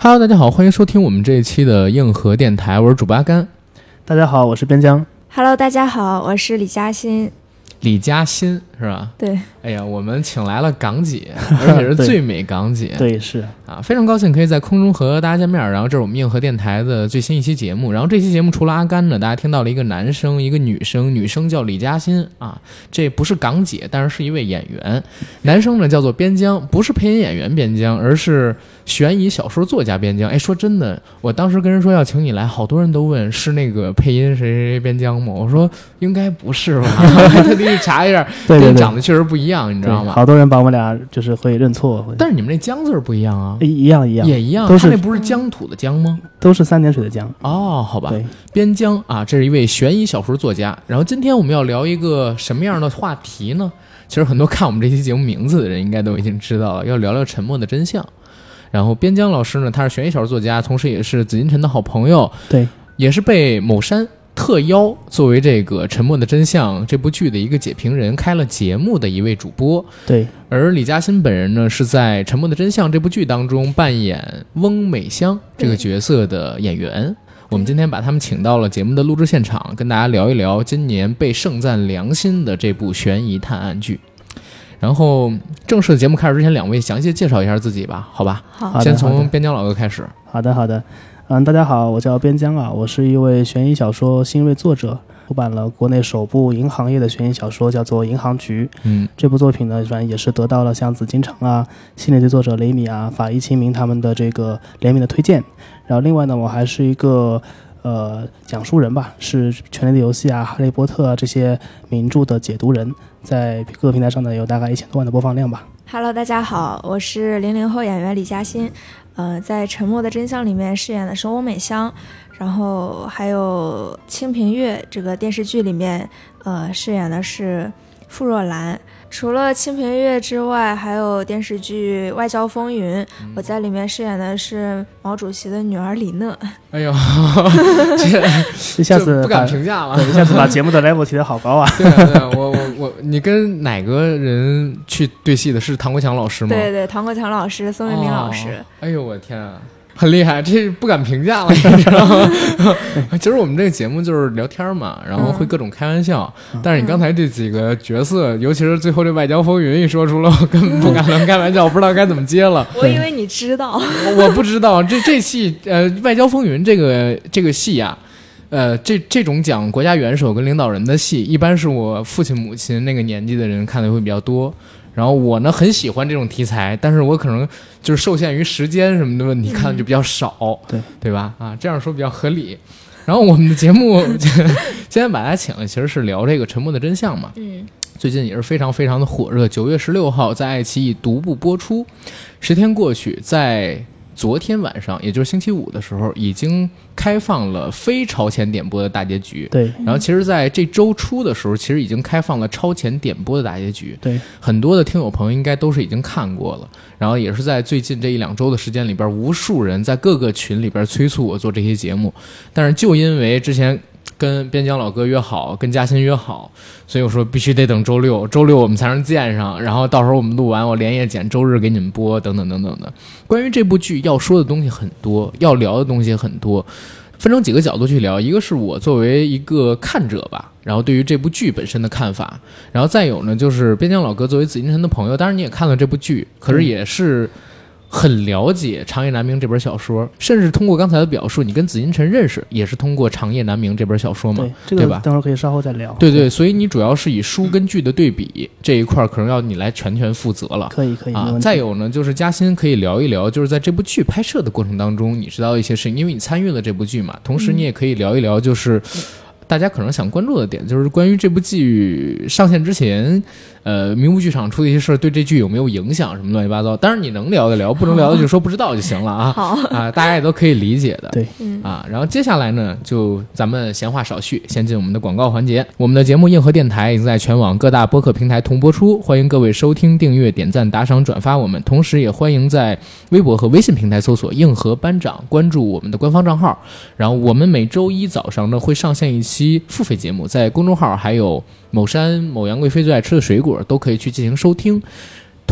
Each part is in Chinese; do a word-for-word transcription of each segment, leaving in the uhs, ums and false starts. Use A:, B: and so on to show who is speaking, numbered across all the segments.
A: Hello， 大家好，欢迎收听我们这一期的硬核电台，我是主播阿甘。
B: 大家好，我是边疆。
C: Hello， 大家好，我是李嘉欣。
A: 李嘉欣是吧？
C: 对。
A: 哎呀，我们请来了港姐，而且是最美港姐。
B: 对，是
A: 啊，非常高兴可以在空中和大家见面。然后这是我们硬核电台的最新一期节目。然后这期节目除了阿甘呢，大家听到了一个男生，一个女生，女生叫李嘉欣啊，这不是港姐，但是是一位演员。男生呢叫做边疆，不是配音演员边疆，而是悬疑小说作家边疆。哎，说真的，我当时跟人说要请你来，好多人都问是那个配音谁谁谁边疆吗？我说应该不是吧，特地去查一下，
B: 对对对，
A: 跟长得确实不一样，你知道吗？
B: 好多人把我们俩就是会认错，
A: 但是你们那疆字不一样啊，
B: 一样一样，
A: 也一样，
B: 都是
A: 他那不是疆土的疆吗？
B: 都是三点水的疆。
A: 哦，好吧，
B: 对，
A: 边疆啊，这是一位悬疑小说作家。然后今天我们要聊一个什么样的话题呢？其实很多看我们这期节目名字的人应该都已经知道了，要聊聊沉默的真相。然后边疆老师呢，他是悬疑小说作家，同时也是紫禁城的好朋友，
B: 对，
A: 也是被某山特邀作为这个《沉默的真相》这部剧的一个解评人开了节目的一位主播。
B: 对，
A: 而李嘉欣本人呢，是在《沉默的真相》这部剧当中扮演翁美香这个角色的演员。我们今天把他们请到了节目的录制现场，跟大家聊一聊今年被盛赞良心的这部悬疑探案剧。然后正式的节目开始之前，两位详细介绍一下自己吧，好吧？
C: 好，
A: 先从边疆老哥开始。
B: 好的，好的。嗯，大家好，我叫边疆啊，我是一位悬疑小说新锐作者，出版了国内首部银行业的悬疑小说，叫做《银行局》。
A: 嗯，
B: 这部作品呢，反正也是得到了像紫禁城啊、系列剧作者雷米啊、法医秦明他们的这个联名的推荐。然后另外呢，我还是一个呃讲述人吧，是《权力的游戏》啊、《哈利波特》啊这些名著的解读人，在各个平台上呢有大概一千多万的播放量吧。
C: Hello， 大家好，我是零零后演员李嘉欣。呃，在《沉默的真相》里面饰演的是翁美香，然后还有《清平乐》这个电视剧里面，呃，饰演的是傅若兰。除了《清平乐》之外，还有电视剧《外交风云》，嗯，我在里面饰演的是毛主席的女儿李讷。
A: 哎呦，这
B: 一下子
A: 不敢评价了，
B: 对，一下子把节目的 level 提得好高啊！
A: 对啊，对啊，我我我，你跟哪个人去对戏的？是唐国强老师吗？
C: 对对，唐国强老师、宋卫民老师。
A: 哦，哎呦，我天啊！很厉害，这不敢评价了，你知道吗？其实我们这个节目就是聊天嘛，然后会各种开玩笑。嗯、但是你刚才这几个角色，尤其是最后这外交风云一说出来，我根本不敢乱开玩笑，我不知道该怎么接了。
C: 我以为你知道，
A: 我不知道这这戏呃，外交风云这个这个戏呀、啊，呃，这这种讲国家元首跟领导人的戏，一般是我父亲母亲那个年纪的人看的会比较多。然后我呢很喜欢这种题材，但是我可能就是受限于时间什么的问题，看的就比较少，
B: 对
A: 对吧？啊，这样说比较合理。然后我们的节目今天把大家请来，其实是聊这个《沉默的真相》嘛。
C: 嗯，
A: 最近也是非常非常的火热。九月十六号在爱奇艺独步播出，十天过去，在昨天晚上，也就是星期五的时候，已经开放了非超前点播的大结局。
B: 对，
A: 然后其实在这周初的时候，其实已经开放了超前点播的大结局。
B: 对，
A: 很多的听友朋友应该都是已经看过了。然后也是在最近这一两周的时间里边，无数人在各个群里边催促我做这些节目，但是就因为之前跟边疆老哥约好，跟嘉欣约好，所以我说必须得等周六，周六我们才能见上，然后到时候我们录完，我连夜剪，周日给你们播，等等等等的。关于这部剧要说的东西很多，要聊的东西很多，分成几个角度去聊。一个是我作为一个看者吧，然后对于这部剧本身的看法，然后再有呢就是边疆老哥作为紫禁城的朋友，当然你也看了这部剧，可是也是很了解《长夜难明》这本小说，甚至通过刚才的表述，你跟紫禁城认识也是通过《长夜难明》这本小说嘛，
B: 对，这个、
A: 对吧？
B: 等会儿可以稍后再聊。
A: 对 对, 对，所以你主要是以书跟剧的对比这一块，可能要你来全权负责了。
B: 可以可以
A: 啊。再有呢，就是嘉欣可以聊一聊，就是在这部剧拍摄的过程当中，你知道一些事情，因为你参与了这部剧嘛，同时你也可以聊一聊，就是。嗯大家可能想关注的点就是关于这部剧上线之前，呃，迷雾剧场出的一些事对这剧有没有影响，什么乱七八糟。当然你能聊的聊，不能聊的就说不知道就行了啊。
C: 好
A: 啊，大家也都可以理解的。
B: 对，
A: 啊，然后接下来呢，就咱们闲话少叙，先进我们的广告环节。我们的节目硬核电台已经在全网各大播客平台同播出，欢迎各位收听、订阅、点赞、打赏、转发我们，同时也欢迎在微博和微信平台搜索硬核班长，关注我们的官方账号。然后我们每周一早上呢会上线一期付费节目，在公众号还有某山某杨贵妃最爱吃的水果都可以去进行收听。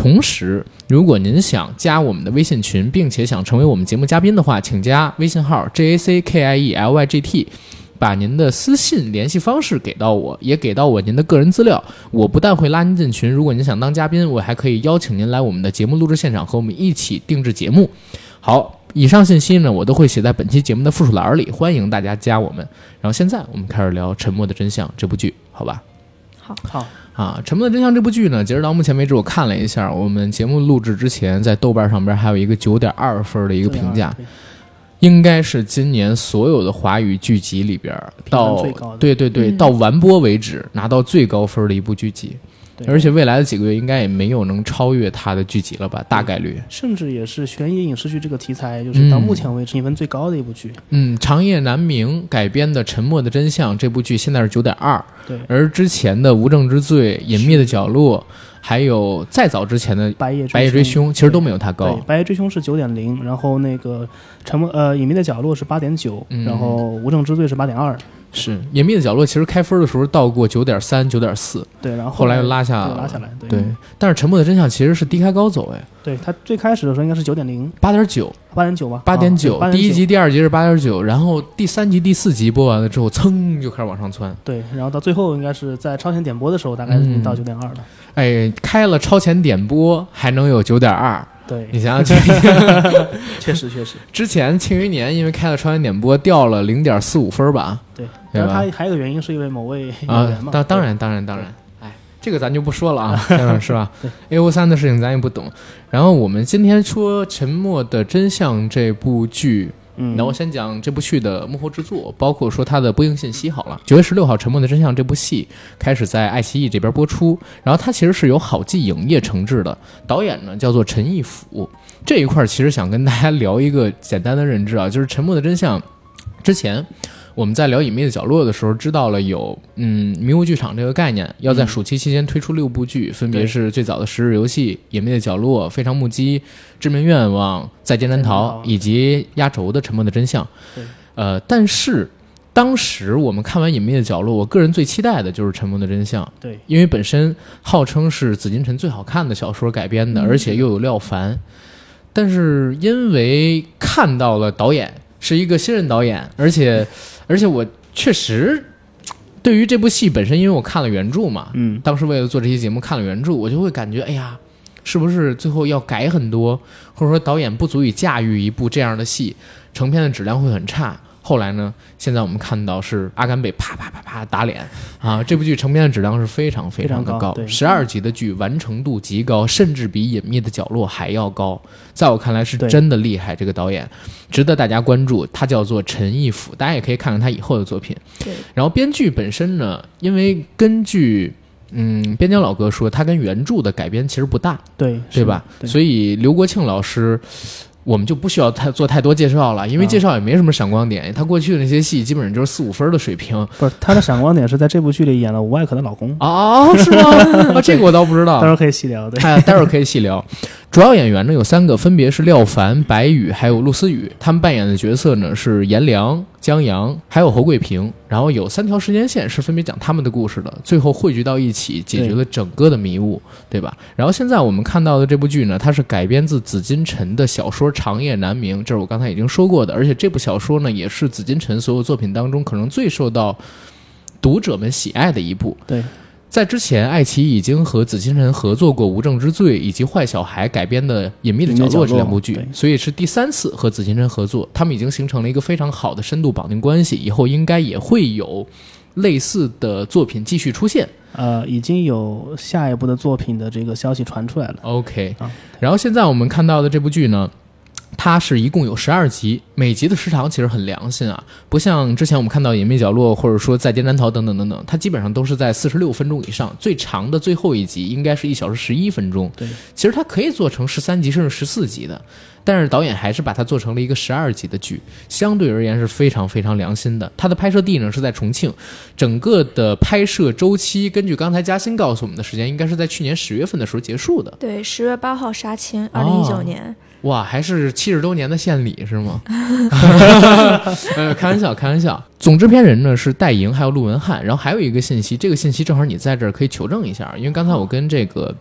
A: 同时，如果您想加我们的微信群，并且想成为我们节目嘉宾的话，请加微信号 J A C K I E L Y G T， 把您的私信联系方式给到我，也给到我您的个人资料。我不但会拉您进群，如果您想当嘉宾，我还可以邀请您来我们的节目录制现场，和我们一起定制节目。好，以上信息呢，我都会写在本期节目的附属栏里，欢迎大家加我们。然后现在我们开始聊《沉默的真相》这部剧，好吧？
C: 好，
B: 好。
A: 啊，《沉默的真相》这部剧呢，截止到目前为止，我看了一下，我们节目录制之前，在豆瓣上边还有一个九点二分的一个评价，应该是今年所有的华语剧集里边到对对对、嗯、到完播为止拿到最高分的一部剧集。而且未来的几个月应该也没有能超越它的剧集了吧，大概率。
B: 甚至也是悬疑影视剧这个题材，就是到目前为止评分最高的一部剧。
A: 嗯，长夜难明改编的《沉默的真相》这部剧现在是九点二，
B: 对。
A: 而之前的《无证之罪》《隐秘的角落》，还有再早之前的《
B: 白夜
A: 白夜追凶》，其实都没有它高。
B: 对，白夜追凶是九点零，然后那个沉默呃隐秘的角落是八点九，然后无证之罪是八点二。
A: 是隐秘的角落，其实开分的时候到过九点三、九点四，
B: 对，然后
A: 后来又拉下
B: 拉下来，对。
A: 对，但是沉默的真相其实是低开高走，哎，
B: 对，它最开始的时候应该是九点零，
A: 八点九，
B: 八点九吧，
A: 八点九，第一集、第二集是八点九，然后第三集、第四集播完了之后，噌就开始往上窜，
B: 对，然后到最后应该是在超前点播的时候，大概是到九点二了。
A: 哎，开了超前点播还能有九点二。
B: 对，
A: 你想想，
B: 确实确实。
A: 之前《庆余年》因为开了超前点播，掉了零点四五分吧？
B: 对，然后它还有个原因是因为某位演员嘛。
A: 啊，当当然当然当然，哎，这个咱就不说了啊，是吧 ？A O 三的事情咱也不懂。然后我们今天说《沉默的真相》这部剧。嗯，那我先讲这部剧的幕后制作，包括说它的播映信息好了。九月十六号，《沉默的真相》这部戏开始在爱奇艺这边播出，然后它其实是由好记影业承制的，导演呢叫做陈义甫。这一块其实想跟大家聊一个简单的认知啊，就是《沉默的真相》之前。我们在聊隐秘的角落的时候知道了有嗯迷雾剧场这个概念，要在暑期期间推出六部剧，嗯、分别是最早的十日游戏、隐秘的角落、非常目击、致命愿望、再见难逃以及压轴的沉默的真相。呃，但是当时我们看完隐秘的角落，我个人最期待的就是沉默的真相，
B: 对，
A: 因为本身号称是紫金陈最好看的小说改编的，嗯、而且又有廖凡，但是因为看到了导演是一个新人导演，而且而且我确实对于这部戏本身，因为我看了原著嘛，
B: 嗯，
A: 当时为了做这期节目看了原著，我就会感觉，哎呀，是不是最后要改很多，或者说导演不足以驾驭一部这样的戏，成片的质量会很差。后来呢，现在我们看到是阿甘被啪啪啪啪打脸啊！这部剧成片的质量是非常非常的高，十二集的剧完成度极高，甚至比《隐秘的角落》还要高。在我看来是真的厉害，这个导演值得大家关注。他叫做陈义甫，大家也可以看看他以后的作品。
C: 对，
A: 然后编剧本身呢，因为根据嗯边疆老哥说，他跟原著的改编其实不大，
B: 对
A: 对吧？
B: 对，
A: 所以刘国庆老师。我们就不需要太做太多介绍了，因为介绍也没什么闪光点。啊、他过去的那些戏基本上就是四五分的水平。
B: 不是，他的闪光点是在这部剧里演了吴艾可的老公。
A: 哦，是吗？啊，这个我倒不知道。
B: 待会儿可以细聊。对，
A: 哎，待会儿可以细聊。主要演员呢有三个，分别是廖凡、白宇还有陆思雨，他们扮演的角色呢是颜良、江阳还有侯桂平。然后有三条时间线是分别讲他们的故事的，最后汇聚到一起，解决了整个的迷雾， 对, 对吧？然后现在我们看到的这部剧呢，它是改编自紫金陈的小说《长夜难明》，这是我刚才已经说过的，而且这部小说呢，也是紫金陈所有作品当中可能最受到读者们喜爱的一部。
B: 对。
A: 在之前，爱奇艺已经和紫金陈合作过《无证之罪》以及《坏小孩》改编的《隐秘的角落》这两部剧，所以是第三次和紫金陈合作，他们已经形成了一个非常好的深度绑定关系，以后应该也会有类似的作品继续出现。
B: 呃，已经有下一部的作品的这个消息传出来了。
A: OK，、啊、然后现在我们看到的这部剧呢，它是一共有十二集，每集的时长其实很良心啊，不像之前我们看到《隐秘角落》或者说《再见难逃》等等等等，它基本上都是在四十六分钟以上，最长的最后一集应该是一小时十一分钟。
B: 对，
A: 其实它可以做成十三集甚至十四集的，但是导演还是把它做成了一个十二集的剧，相对而言是非常非常良心的。它的拍摄地呢是在重庆，整个的拍摄周期根据刚才嘉欣告诉我们的时间，应该是在去年十月份的时候结束的。
C: 对，十月八号杀青，二零一九年。
A: 哦哇，还是七十周年的献礼是吗？呃，开玩笑，开玩笑。总制片人呢是戴莹还有陆文翰，然后还有一个信息，这个信息正好你在这儿可以求证一下，因为刚才我跟这个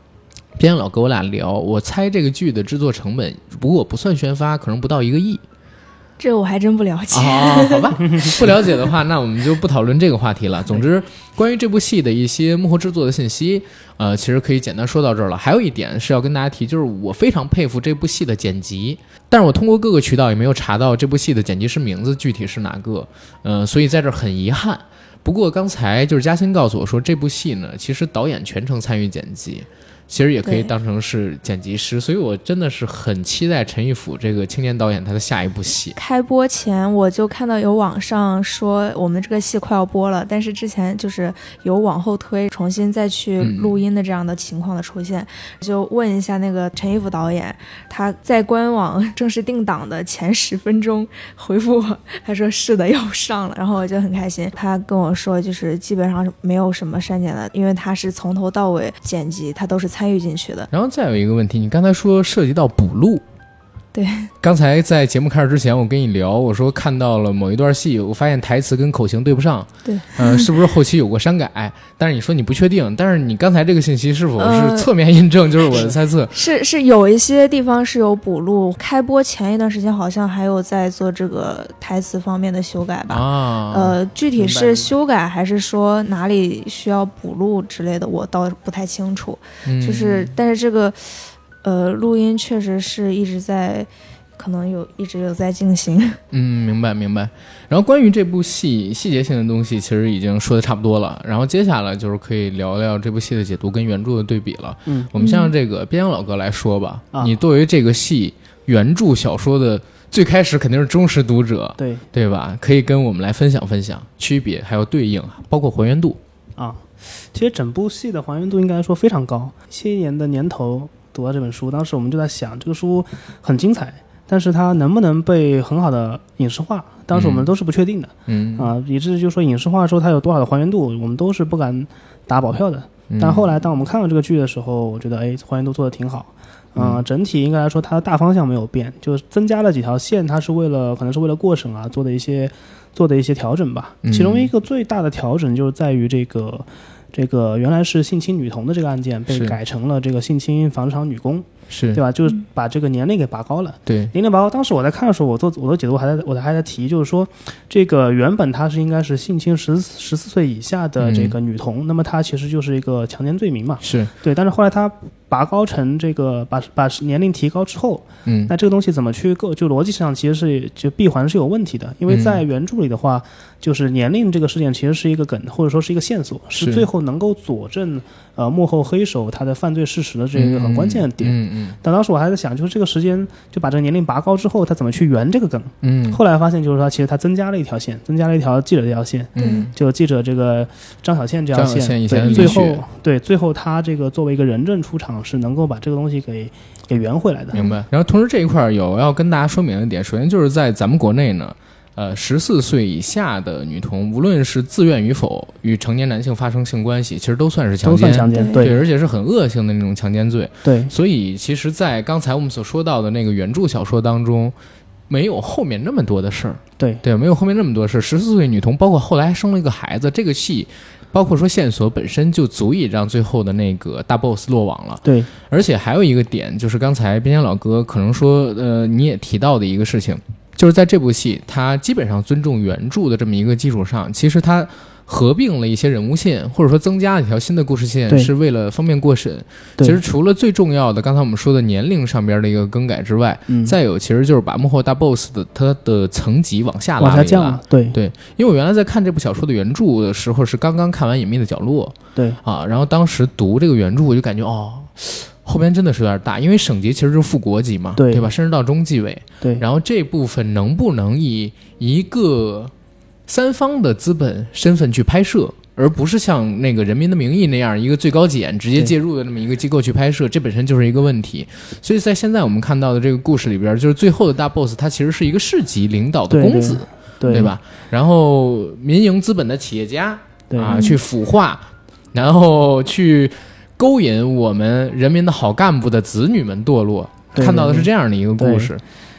A: 边老跟我俩聊，我猜这个剧的制作成本，如果不算宣发，可能不到一个亿。
C: 这我还真不了解。
A: 哦，好吧，不了解的话，那我们就不讨论这个话题了。总之，关于这部戏的一些幕后制作的信息，呃，其实可以简单说到这儿了。还有一点是要跟大家提，就是我非常佩服这部戏的剪辑，但是我通过各个渠道也没有查到这部戏的剪辑师名字具体是哪个，呃，所以在这儿很遗憾。不过刚才就是嘉欣告诉我说，这部戏呢，其实导演全程参与剪辑。其实也可以当成是剪辑师，所以我真的是很期待陈玉甫这个青年导演他的下一部戏。
C: 开播前我就看到有网上说我们这个戏快要播了，但是之前就是有往后推重新再去录音的这样的情况的出现、嗯、就问一下那个陈玉甫导演，他在官网正式定档的前十分钟回复我，他说是的要上了，然后我就很开心。他跟我说就是基本上没有什么删减的，因为他是从头到尾剪辑他都是参与进去的。
A: 然后再有一个问题，你刚才说涉及到补录，
C: 对，
A: 刚才在节目开始之前我跟你聊，我说看到了某一段戏，我发现台词跟口型对不上，
C: 对，
A: 呃，是不是后期有过删改？但是你说你不确定，但是你刚才这个信息是否是侧面印证，就是我的猜测？
C: 呃、是是有一些地方是有补录，开播前一段时间好像还有在做这个台词方面的修改吧？
A: 啊，
C: 呃，具体是修改还是说哪里需要补录之类的，我倒不太清楚。嗯、就是，但是这个。呃，录音确实是一直在，可能有一直有在进行。
A: 嗯，明白明白。然后关于这部戏细节性的东西，其实已经说的差不多了。然后接下来就是可以聊聊这部戏的解读跟原著的对比了。嗯，我们先让这个边疆老哥来说吧。嗯、你作为这个戏原著小说的最开始肯定是忠实读者，
B: 对
A: 对吧？可以跟我们来分享分享区别，还有对应，包括还原度
B: 啊。其实整部戏的还原度应该说非常高。七一年的年头。读到这本书，当时我们就在想，这个书很精彩，但是它能不能被很好的影视化？当时我们都是不确定的，嗯啊、呃，以至于就说影视化的时候它有多少的还原度，我们都是不敢打保票的。嗯、但后来当我们看到这个剧的时候，我觉得哎，还原度做得挺好。嗯、呃，整体应该来说它的大方向没有变，就增加了几条线，它是为了可能是为了过审啊做的一些做的一些调整吧。其中一个最大的调整就是在于这个。这个原来是性侵女童的这个案件被改成了这个性侵纺织厂女工，
A: 是
B: 对吧？就是把这个年龄给拔高了。
A: 对，
B: 年龄拔高。当时我在看的时候，我做我的解读还在我还在提，就是说，这个原本它是应该是性侵十十四岁以下的这个女童，嗯、那么它其实就是一个强奸罪名嘛。
A: 是
B: 对，但是后来它拔高成这个把把年龄提高之后，嗯，那这个东西怎么去构？就逻辑上其实是就闭环是有问题的，因为在原著里的话，嗯、就是年龄这个事件其实是一个梗，或者说是一个线索，是最后能够佐证呃幕后黑手他的犯罪事实的这个很关键的点。嗯 嗯, 嗯。但当时我还在想，就是这个时间就把这个年龄拔高之后，他怎么去圆这个梗？嗯。后来发现就是说，其实他增加了一条线，增加了一条记者这条线。嗯。就记者这个张小倩这条线，对，最后对最后他这个作为一个人证出场，是能够把这个东西给给圆回来的。
A: 明白。然后同时这一块有要跟大家说明一点，首先就是在咱们国内呢。呃，十四岁以下的女童，无论是自愿与否，与成年男性发生性关系，其实都算是强奸，
B: 都算强奸，对，
A: 对，而且是很恶性的那种强奸罪。
B: 对，
A: 所以其实，在刚才我们所说到的那个原著小说当中，没有后面那么多的事儿。
B: 对，
A: 对，没有后面那么多事儿。十四岁女童，包括后来还生了一个孩子，这个戏，包括说线索本身就足以让最后的那个大 boss 落网了。
B: 对，
A: 而且还有一个点，就是刚才边疆老哥可能说，呃，你也提到的一个事情。就是在这部戏它基本上尊重原著的这么一个基础上，其实它合并了一些人物线，或者说增加了一条新的故事线，是为了方便过审。其实除了最重要的刚才我们说的年龄上边的一个更改之外，嗯、再有其实就是把幕后大 boss 的他的层级往下拉
B: 往下降了。对
A: 对，因为我原来在看这部小说的原著的时候是刚刚看完《隐秘的角落》，
B: 对
A: 啊，然后当时读这个原著我就感觉哦。后边真的是有点大，因为省级其实就是副国级嘛， 对, 对吧？甚至到中纪委。
B: 对，
A: 然后这部分能不能以一个三方的资本身份去拍摄，而不是像那个《人民的名义》那样一个最高检直接介入的那么一个机构去拍摄，这本身就是一个问题。所以在现在我们看到的这个故事里边，就是最后的大 boss 他其实是一个市级领导的公子，
B: 对, 对,
A: 对吧？然后民营资本的企业家啊，去腐化，然后去。勾引我们人民的好干部的子女们堕落，看到的是这样的一个故事。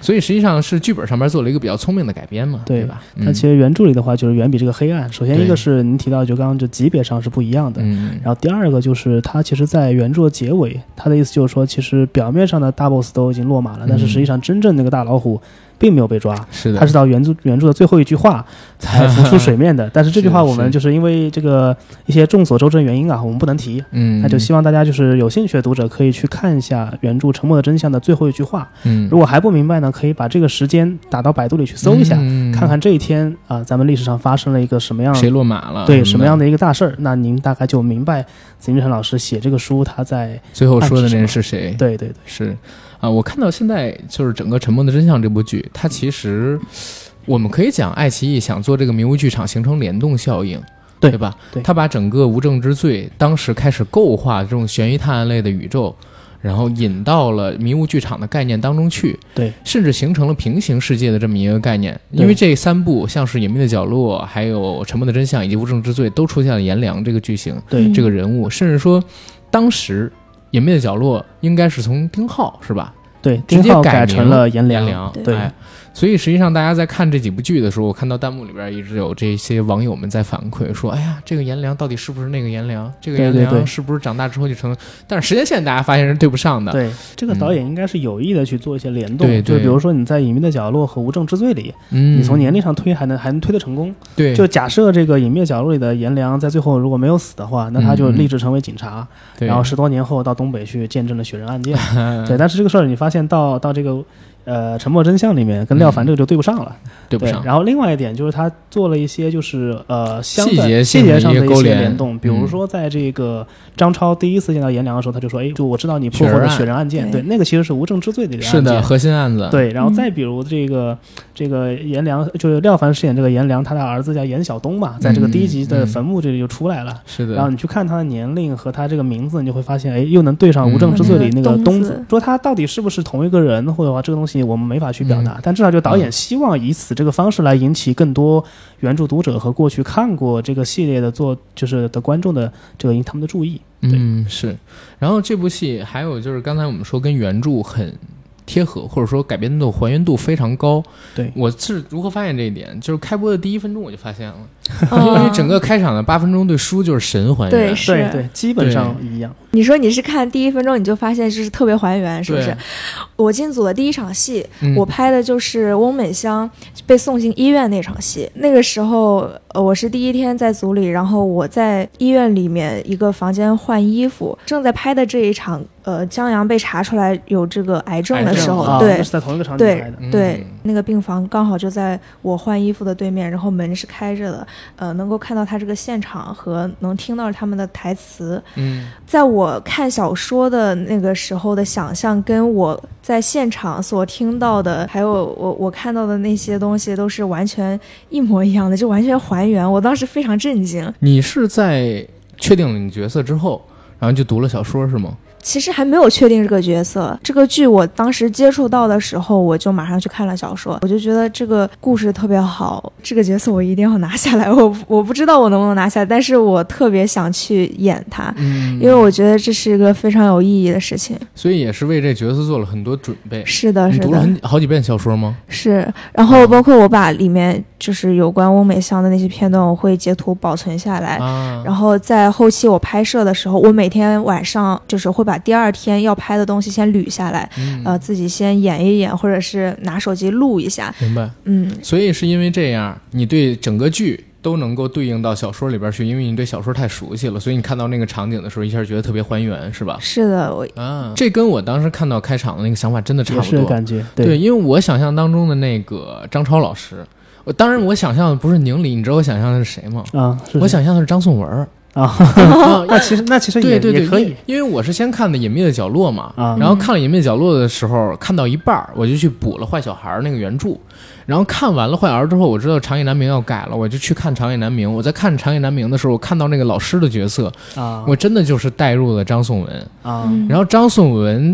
A: 所以实际上是剧本上面做了一个比较聪明的改编嘛，对, 对吧？
B: 那其实原著里的话就是远比这个黑暗。首先一个是您提到就刚刚就级别上是不一样的，嗯，然后第二个就是它其实在原著的结尾，它的意思就是说其实表面上的大 boss 都已经落马了，嗯，但是实际上真正那个大老虎并没有被抓，
A: 是的，
B: 他是到原著原著的最后一句话才浮出水面的。但是这句话我们就是因为这个一些众所周知的原因啊，我们不能提。嗯，那就希望大家就是有兴趣的读者可以去看一下原著《沉默的真相》的最后一句话。嗯，如果还不明白呢，可以把这个时间打到百度里去搜一下，嗯，看看这一天啊，呃，咱们历史上发生了一个什么样
A: 谁落马了，
B: 对，什么样的一个大事儿。那您大概就明白紫金陈老师写这个书他在
A: 最后说的那人是谁。
B: 对对对，
A: 是。啊，我看到现在就是整个《沉默的真相》这部剧，它其实我们可以讲爱奇艺想做这个迷雾剧场形成联动效应，对, 对吧？对，他把整个无证之罪当时开始构画这种悬疑探案类的宇宙，然后引到了迷雾剧场的概念当中去，
B: 对，
A: 甚至形成了平行世界的这么一个概念。因为这三部像是《隐秘的角落》、还有《沉默的真相》以及《无证之罪》都出现了颜良这个剧情，
B: 对
A: 这个人物，甚至说当时隐秘的角落应该是从丁浩是吧？
B: 对，丁浩改成了颜良。
A: 良
B: 对，
A: 哎，所以实际上大家在看这几部剧的时候，我看到弹幕里边一直有这些网友们在反馈说：“哎呀，这个颜良到底是不是那个颜良？这个颜良是不是长大之后就成？”但是时间线大家发现是对不上的。
B: 对，这个导演应该是有意的去做一些联动。
A: 对、嗯，
B: 就比如说你在《隐秘的角落》和《无证之罪》里，嗯，你从年龄上推还能还能推得成功。
A: 对，
B: 就假设这个《隐秘的角落》里的颜良在最后如果没有死的话，那他就立志成为警察，嗯，然后十多年后到东北去见证了雪人案件。对，但是这个事儿你发现到到这个。呃，沉默真相里面跟廖凡这个就对不上了，嗯，
A: 对不上。
B: 然后另外一点就是他做了一些就是呃
A: 细节
B: 细节上的一些联动，比如说在这个张超第一次见到颜良的时候，他就说：“哎，就我知道你破获的雪人案件，对，那个其实是无证之罪的一个案件，
A: 是的核心案子。”
B: 对，然后再比如这个、嗯、这个颜良，就是廖凡饰演这个颜良，他的儿子叫颜晓东嘛，在这个第一集的坟墓这里就出来了。是、嗯、的。然后你去看他的年龄和他这个名字，你就会发现，哎，又能对上无证之罪里那个东字，嗯、说他到底是不是同一个人，或者话这个东西我们没法去表达，嗯、但至少就导演希望以此这个方式来引起更多原著读者和过去看过这个系列的做就是的观众的这个他们的注意。
A: 嗯，是。然后这部戏还有就是刚才我们说跟原著很贴合，或者说改编度还原度非常高。
B: 对，
A: 我是如何发现这一点？就是开播的第一分钟我就发现了，哦、因为整个开场的八分钟对书就是神还原，
B: 对对对，基本上一样。
C: 你说你是看第一分钟你就发现就是特别还原，是不是？我进组的第一场戏，嗯、我拍的就是翁美香被送进医院那场戏。那个时候，呃，我是第一天在组里，然后我在医院里面一个房间换衣服，正在拍的这一场。呃，江阳被查出来有这个癌症的时候，
B: 啊、
C: 对，
B: 是在同一个场景拍的。
C: 对，对、嗯，那个病房刚好就在我换衣服的对面，然后门是开着的，呃，能够看到他这个现场和能听到他们的台词。嗯，在我看小说的那个时候的想象，跟我在现场所听到的，还有我我看到的那些东西，都是完全一模一样的，就完全还原。我当时非常震惊。
A: 你是在确定了你角色之后，然后就读了小说是吗？
C: 其实还没有确定这个角色，这个剧我当时接触到的时候，我就马上去看了小说，我就觉得这个故事特别好，这个角色我一定要拿下来。我我不知道我能不能拿下来，但是我特别想去演他，嗯，因为我觉得这是一个非常有意义的事情。
A: 所以也是为这角色做了很多准备。
C: 是的，是的。
A: 你读了很好几遍小说吗？
C: 是，然后包括我把里面就是有关翁美香的那些片段，我会截图保存下来，啊、然后在后期我拍摄的时候，我每天晚上就是会把。把第二天要拍的东西先捋下来，嗯、呃，自己先演一演，或者是拿手机录一下。
A: 明白，嗯。所以是因为这样，你对整个剧都能够对应到小说里边去，因为你对小说太熟悉了，所以你看到那个场景的时候，一下觉得特别还原，是吧？
C: 是的，我
A: 啊，这跟我当时看到开场的那个想法真的差不多，
B: 是感觉
A: 对, 对，因为我想象当中的那个张超老师，我当然我想象的不是宁理，你知道我想象的是谁吗？啊，是我想象的是张颂文。
B: 啊，那其实那其实也
A: 对对对
B: 也可以，
A: 因为我是先看的《隐秘的角落》嘛，啊，然后看了《隐秘的角落》的时候，看到一半我就去补了《坏小孩》那个原著，然后看完了《坏小孩》之后，我知道《长夜难明》要改了，我就去看《长夜难明》。我在看《长夜难明》的时候，我看到那个老师的角色啊，我真的就是带入了张颂文啊，然后张颂文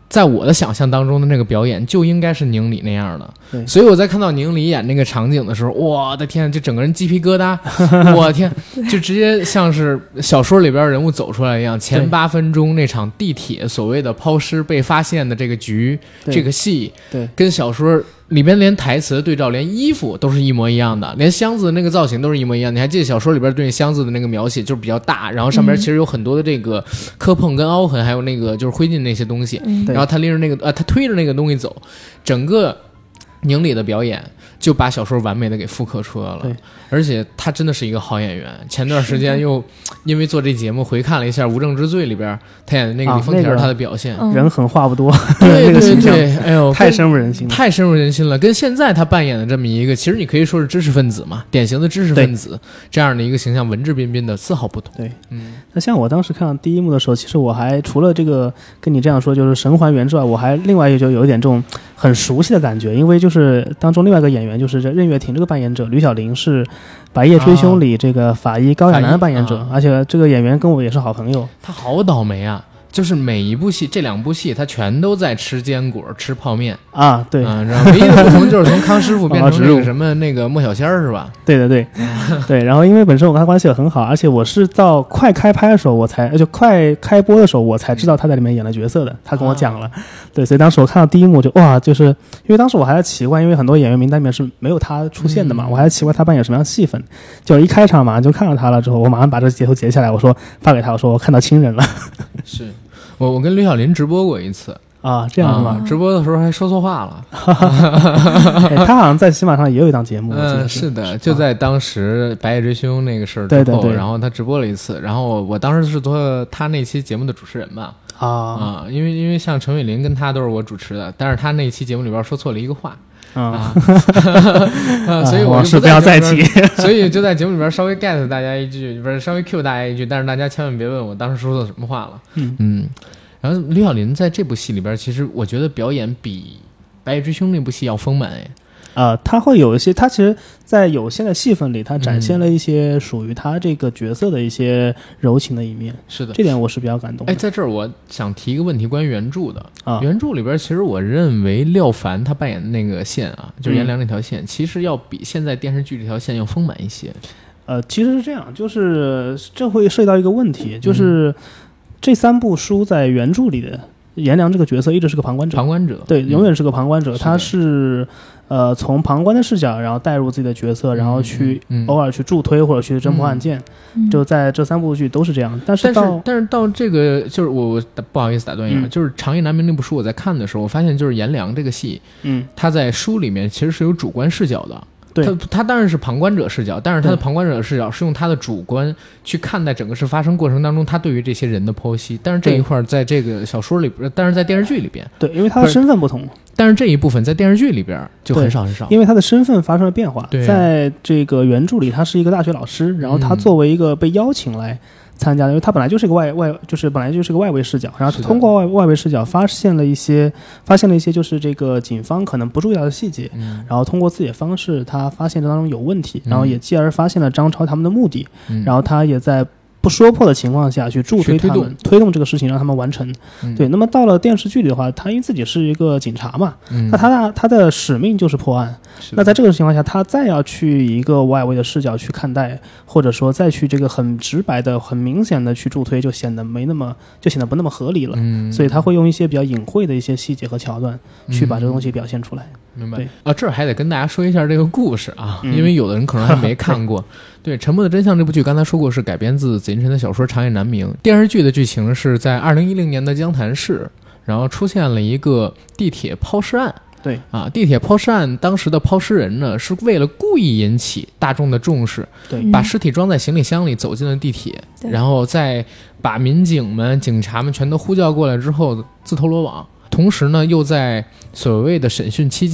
A: 在我的想象当中的那个表演就应该是宁理那样的。
B: 对，
A: 所以我在看到宁理演那个场景的时候，我的天，就整个人鸡皮疙瘩，我天，就直接像是小说里边人物走出来一样。前八分钟那场地铁所谓的抛尸被发现的这个局，这个戏，
B: 对，
A: 跟小说里边连台词的对照，连衣服都是一模一样的，连箱子的那个造型都是一模一样。你还记得小说里边对箱子的那个描写就是比较大，然后上边其实有很多的这个磕碰跟凹痕，还有那个就是灰烬那些东西。
C: 嗯、
A: 然后他拎着那个呃，他推着那个东西走，整个宁理的表演就把小说完美的给复刻出来了。
B: 对，
A: 而且他真的是一个好演员。前段时间又因为做这节目回看了一下《无证之罪》里边他演的那个李丰田他的表现，
B: 啊那个、人狠话不多，
A: 对
B: 对对
A: 对，哎呦，
B: 太深入人心了，
A: 太深入人心了。跟现在他扮演的这么一个，其实你可以说是知识分子嘛，典型的知识分子这样的一个形象，文质彬彬的，丝毫不同。
B: 对，
A: 嗯。
B: 那像我当时看到第一幕的时候，其实我还除了这个跟你这样说就是神还原之外，我还另外一个就有一点这种很熟悉的感觉，因为就是当中另外一个演员就是这任月婷这个扮演者吕小玲是《白夜追凶》里这个法医高亚楠的扮演者、啊、而且这个演员跟我也是好朋友。
A: 他好倒霉啊，就是每一部戏这两部戏他全都在吃坚果吃泡面
B: 啊，对
A: 啊，然后唯一的不同就是从康师傅变成那个什么那个莫小仙儿是吧？
B: 对对对对，然后因为本身我跟他关系也很好，而且我是到快开拍的时候我才就快开播的时候我才知道他在里面演了角色的，他跟我讲了、啊、对，所以当时我看到第一幕就哇，就是因为当时我还在奇怪，因为很多演员名单里面是没有他出现的嘛、嗯、我还在奇怪他扮演什么样的戏份，就一开场马上就看到他了之后，我马上把这个截图截下来，我说发给他，我说我看到亲人了。
A: 是我我跟吕小林直播过一次
B: 啊，这样是吗、
A: 啊？直播的时候还说错话了。
B: 哎、他好像在喜马上也有一档节目，
A: 嗯，是的，就在当时《白夜追凶》那个事儿之后，
B: 对对对，
A: 然后他直播了一次，然后我我当时是做他那期节目的主持人嘛。
B: 啊
A: 啊，因为因为像陈伟林跟他都是我主持的，但是他那期节目里边说错了一个话。啊，啊所以我
B: 是不要再提，
A: 所以就在节目里边稍微 get 大家一句，不是稍微 cue 大家一句，但是大家千万别问我当时说的什么话了。
B: 嗯
A: 嗯，然后吕小林在这部戏里边，其实我觉得表演比《白夜追凶》那部戏要丰满哎。
B: 呃，他会有一些，他其实，在有限的戏份里，他展现了一些属于他这个角色的一些柔情的一面。
A: 是的，
B: 这点我是比较感动的。
A: 哎，在这儿我想提一个问题，关于原著的
B: 啊，
A: 原著里边，其实我认为廖凡他扮演的那个线啊，就是颜良那条线、嗯，其实要比现在电视剧这条线要丰满一些。
B: 呃，其实是这样，就是这会涉及到一个问题，就是这三部书在原著里的颜良这个角色一直是个旁观者，
A: 旁观者，
B: 对，永远是个旁观者，
A: 嗯、
B: 他是。呃，从旁观的视角，然后带入自己的角色，然后去偶尔去助推或者去侦破案件，
C: 嗯、
B: 就在这三部剧都是这样。但是
A: 到但是但是到这个就是我不好意思打断一下、
B: 嗯，
A: 就是《长夜难明》那部书我在看的时候，我发现就是颜良这个戏，
B: 嗯，
A: 他在书里面其实是有主观视角的。
B: 对，
A: 他他当然是旁观者视角，但是他的旁观者视角是用他的主观去看待整个事发生过程当中他对于这些人的剖析。但是这一块在这个小说里边，但是在电视剧里边，
B: 对，因为他的身份不同。
A: 但是这一部分在电视剧里边就很少很少，
B: 因为他的身份发生了变化。
A: 对、啊，
B: 在这个原著里，他是一个大学老师，然后他作为一个被邀请来参加的，因为他本来就是个外外，就是本来就是个外围视角，然后通过外外围视角发现了一些，发现了一些就是这个警方可能不注意到的细节，
A: 嗯、
B: 然后通过自己的方式，他发现这当中有问题，然后也继而发现了张超他们的目的，
A: 嗯、
B: 然后他也在不说破的情况下去助推他们，推 动, 推动这个事情让他们完成、
A: 嗯、
B: 对，那么到了电视剧里的话，他因为自己是一个警察嘛、
A: 嗯、
B: 那他的他的使命就是破案，那在这个情况下他再要去一个外围的视角去看待，或者说再去这个很直白的很明显的去助推，就显得没那么就显得不那么合理了、
A: 嗯、
B: 所以他会用一些比较隐晦的一些细节和桥段去把这个东西表现出来、
A: 嗯明白啊，这儿还得跟大家说一下这个故事啊，
B: 嗯、
A: 因为有的人可能还没看过。对，《沉默的真相》这部剧刚才说过是改编自紫金陈的小说《长夜难明》，电视剧的剧情是在二零一零年的江潭市，然后出现了一个地铁抛尸案。
B: 对
A: 啊，地铁抛尸案当时的抛尸人呢，是为了故意引起大众的重视，
B: 对，
A: 把尸体装在行李箱里走进了地铁，然后再把民警们、警察们全都呼叫过来之后自投罗网。同时呢，又在所谓的审讯期间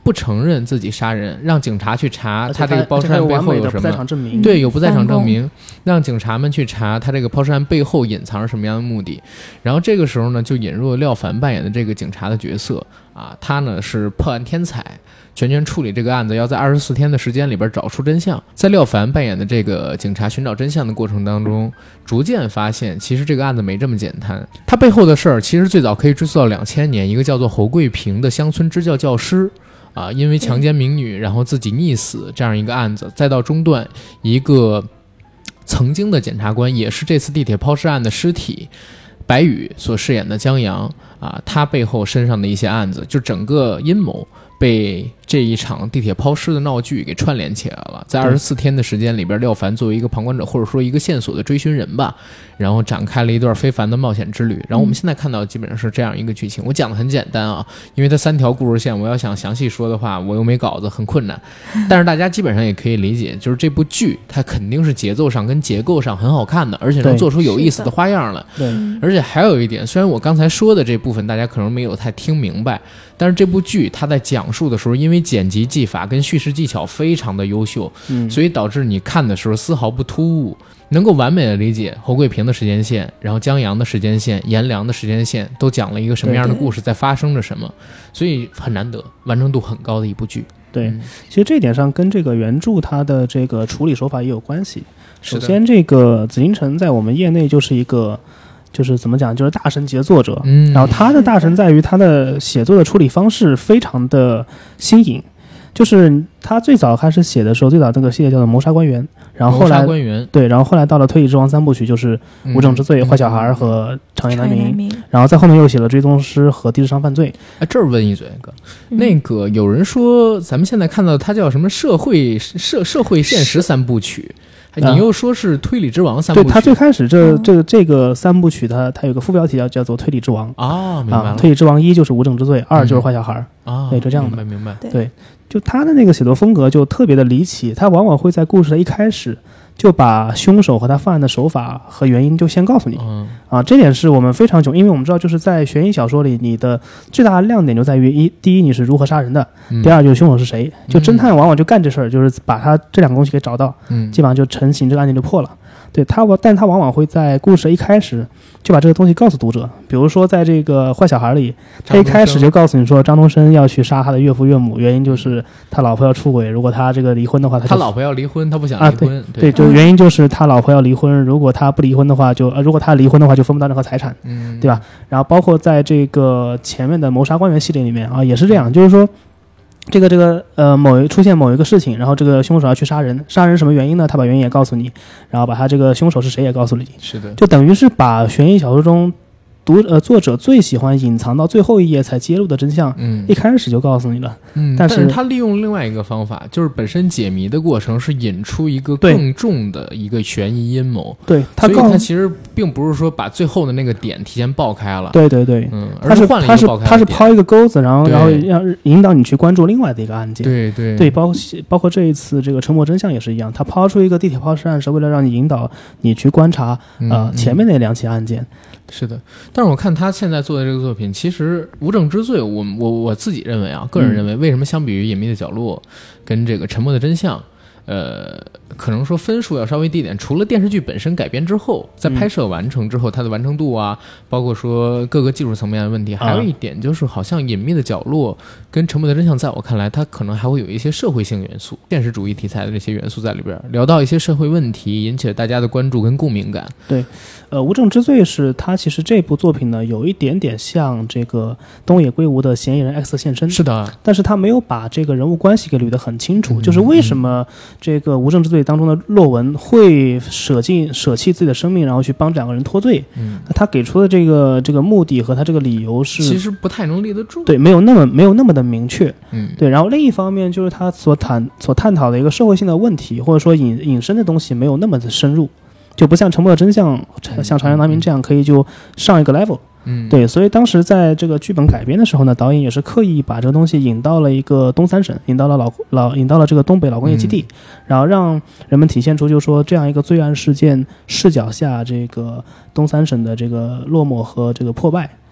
A: 不承认自己杀人，让警察去查
B: 他
A: 这个抛尸案背后有什么，
B: 不在场证明，
A: 对，有不在场证明，让警察们去查他这个抛尸案背后隐藏着什么样的目的。然后这个时候呢，就引入了廖凡扮演的这个警察的角色啊，他呢是破案天才，全权处理这个案子，要在二十四天的时间里边找出真相。在廖凡扮演的这个警察寻找真相的过程当中，逐渐发现其实这个案子没这么简单，他背后的事儿其实最早可以追溯到两千年，一个叫做侯桂平的乡村支教教师啊，因为强奸民女然后自己溺死这样一个案子，再到中段一个曾经的检察官，也是这次地铁抛尸案的尸体白宇所饰演的江阳啊，他背后身上的一些案子，就整个阴谋被这一场地铁抛尸的闹剧给串联起来了。在二十四天的时间里边，廖凡作为一个旁观者或者说一个线索的追寻人吧，然后展开了一段非凡的冒险之旅。然后我们现在看到基本上是这样一个剧情，我讲的很简单啊，因为它三条故事线，我要想详细说的话我又没稿子，很困难，但是大家基本上也可以理解，就是这部剧它肯定是节奏上跟结构上很好看的，而且能做出有意思的花样了。
B: 对，
A: 而且还有一点，虽然我刚才说的这部分大家可能没有太听明白，但是这部剧它在讲述的时候，因为剪辑技法跟叙事技巧非常的优秀，
B: 嗯，
A: 所以导致你看的时候丝毫不突兀，能够完美的理解侯桂平的时间线，然后江阳的时间线，颜良的时间线都讲了一个什么样的故事，在发生着什么，所以很难得，完成度很高的一部剧。
B: 对、
A: 嗯，
B: 其实这一点上跟这个原著它的这个处理手法也有关系。首先，这个紫禁城在我们业内就是一个，就是怎么讲，就是大神级的作者。
A: 嗯，
B: 然后他的大神在于他的写作的处理方式非常的新颖。就是他最早开始写的时候，最早这个系列叫做《谋杀官员》，然后后来
A: 谋杀官员
B: 对，然后后来到了《推理之王》三部曲，就是《无证之罪》、嗯、坏小孩和长夜难明，然后在后面又写了《追踪师》和《低智商犯罪》。
A: 哎，这儿问一嘴哥、嗯，那个有人说咱们现在看到它叫什么社会社社会现实三部曲。你又说是推理之王三部曲，
B: 对，他最开始这这个这个三部曲，它它有个副标题叫叫做推理之王
A: 啊，明白了。
B: 啊、推理之王一就是无证之罪，二就是坏小孩
A: 啊，
B: 对，就这样的，
A: 明白明白。
B: 对，就他的那个写作风格就特别的离奇，他往往会在故事的一开始就把凶手和他犯案的手法和原因就先告诉你、
A: 嗯、
B: 啊，这点是我们非常囧，因为我们知道就是在悬疑小说里，你的最大的亮点就在于一，第一你是如何杀人的、嗯，第二就是凶手是谁，就侦探往往就干这事儿、嗯，就是把他这两个东西给找到，嗯，基本上就成型，这个案件就破了。对他，但他往往会在故事一开始就把这个东西告诉读者。比如说，在这个坏小孩里，他一开始就告诉你说，张东升要去杀他的岳父岳母，原因就是他老婆要出轨。如果他这个离婚的话，他
A: 他老婆要离婚，他不想离婚。
B: 啊、对, 对，就原因就是他老婆要离婚。如果他不离婚的话，就呃，如果他离婚的话，就分不到任何财产，
A: 嗯，
B: 对吧？然后包括在这个前面的谋杀官员系列里面啊，也是这样，就是说。这个这个呃，某一出现某一个事情，然后这个凶手要去杀人，杀人什么原因呢？他把原因也告诉你，然后把他这个凶手是谁也告诉你。
A: 是的，
B: 就等于是把悬疑小说中读呃作者最喜欢隐藏到最后一页才揭露的真相，嗯，一开始就告诉你了。
A: 嗯，
B: 但是,
A: 但是他利用另外一个方法，就是本身解谜的过程是引出一个更重的一个悬疑阴谋。
B: 对，他
A: 所以他其实并不是说把最后的那个点提前爆开了。
B: 对对对，
A: 嗯，
B: 他是
A: 换了一个爆开的点，
B: 他是抛一个钩子，然后然后让引导你去关注另外的一个案件。
A: 对对
B: 对，包括包括这一次这个沉默真相也是一样，他抛出一个地铁抛尸案是为了让你引导你去观察呃、嗯、前面那两起案件。
A: 是的，但是我看他现在做的这个作品，其实《无证之罪》我，我我我自己认为啊，个人认为，为什么相比于《隐秘的角落》跟这个《沉默的真相》，呃，可能说分数要稍微低点。除了电视剧本身改编之后，在拍摄完成之后，它的完成度啊，包括说各个技术层面的问题，还有一点就是，好像《隐秘的角落》跟《沉默的真相》在我看来，它可能还会有一些社会性元素、现实主义题材的这些元素在里边，聊到一些社会问题，引起了大家的关注跟共鸣感。
B: 对。呃，《无证之罪》是它其实这部作品呢，有一点点像这个东野圭吾的《嫌疑人 X 现身》。
A: 是的，
B: 但是他没有把这个人物关系给捋得很清楚，嗯、就是为什么这个《无证之罪》当中的洛文会舍弃舍弃自己的生命，然后去帮两个人脱罪？嗯，那他给出的这个这个目的和他这个理由是
A: 其实不太能立得住，
B: 对，没有那么没有那么的明确。
A: 嗯，
B: 对。然后另一方面就是他所谈所探讨的一个社会性的问题，或者说引引申的东西没有那么的深入。就不像沉默的真相，像长夜难明这样可以就上一个 level， 嗯，对，所以当时在这个剧本改编的时候呢，导演也是刻意把这个东西引到了一个东三省，引到了老老引到了这个东北老工业基地，嗯、然后让人们体现出就是说这样一个罪案事件视角下这个东三省的这个落寞和这个破败。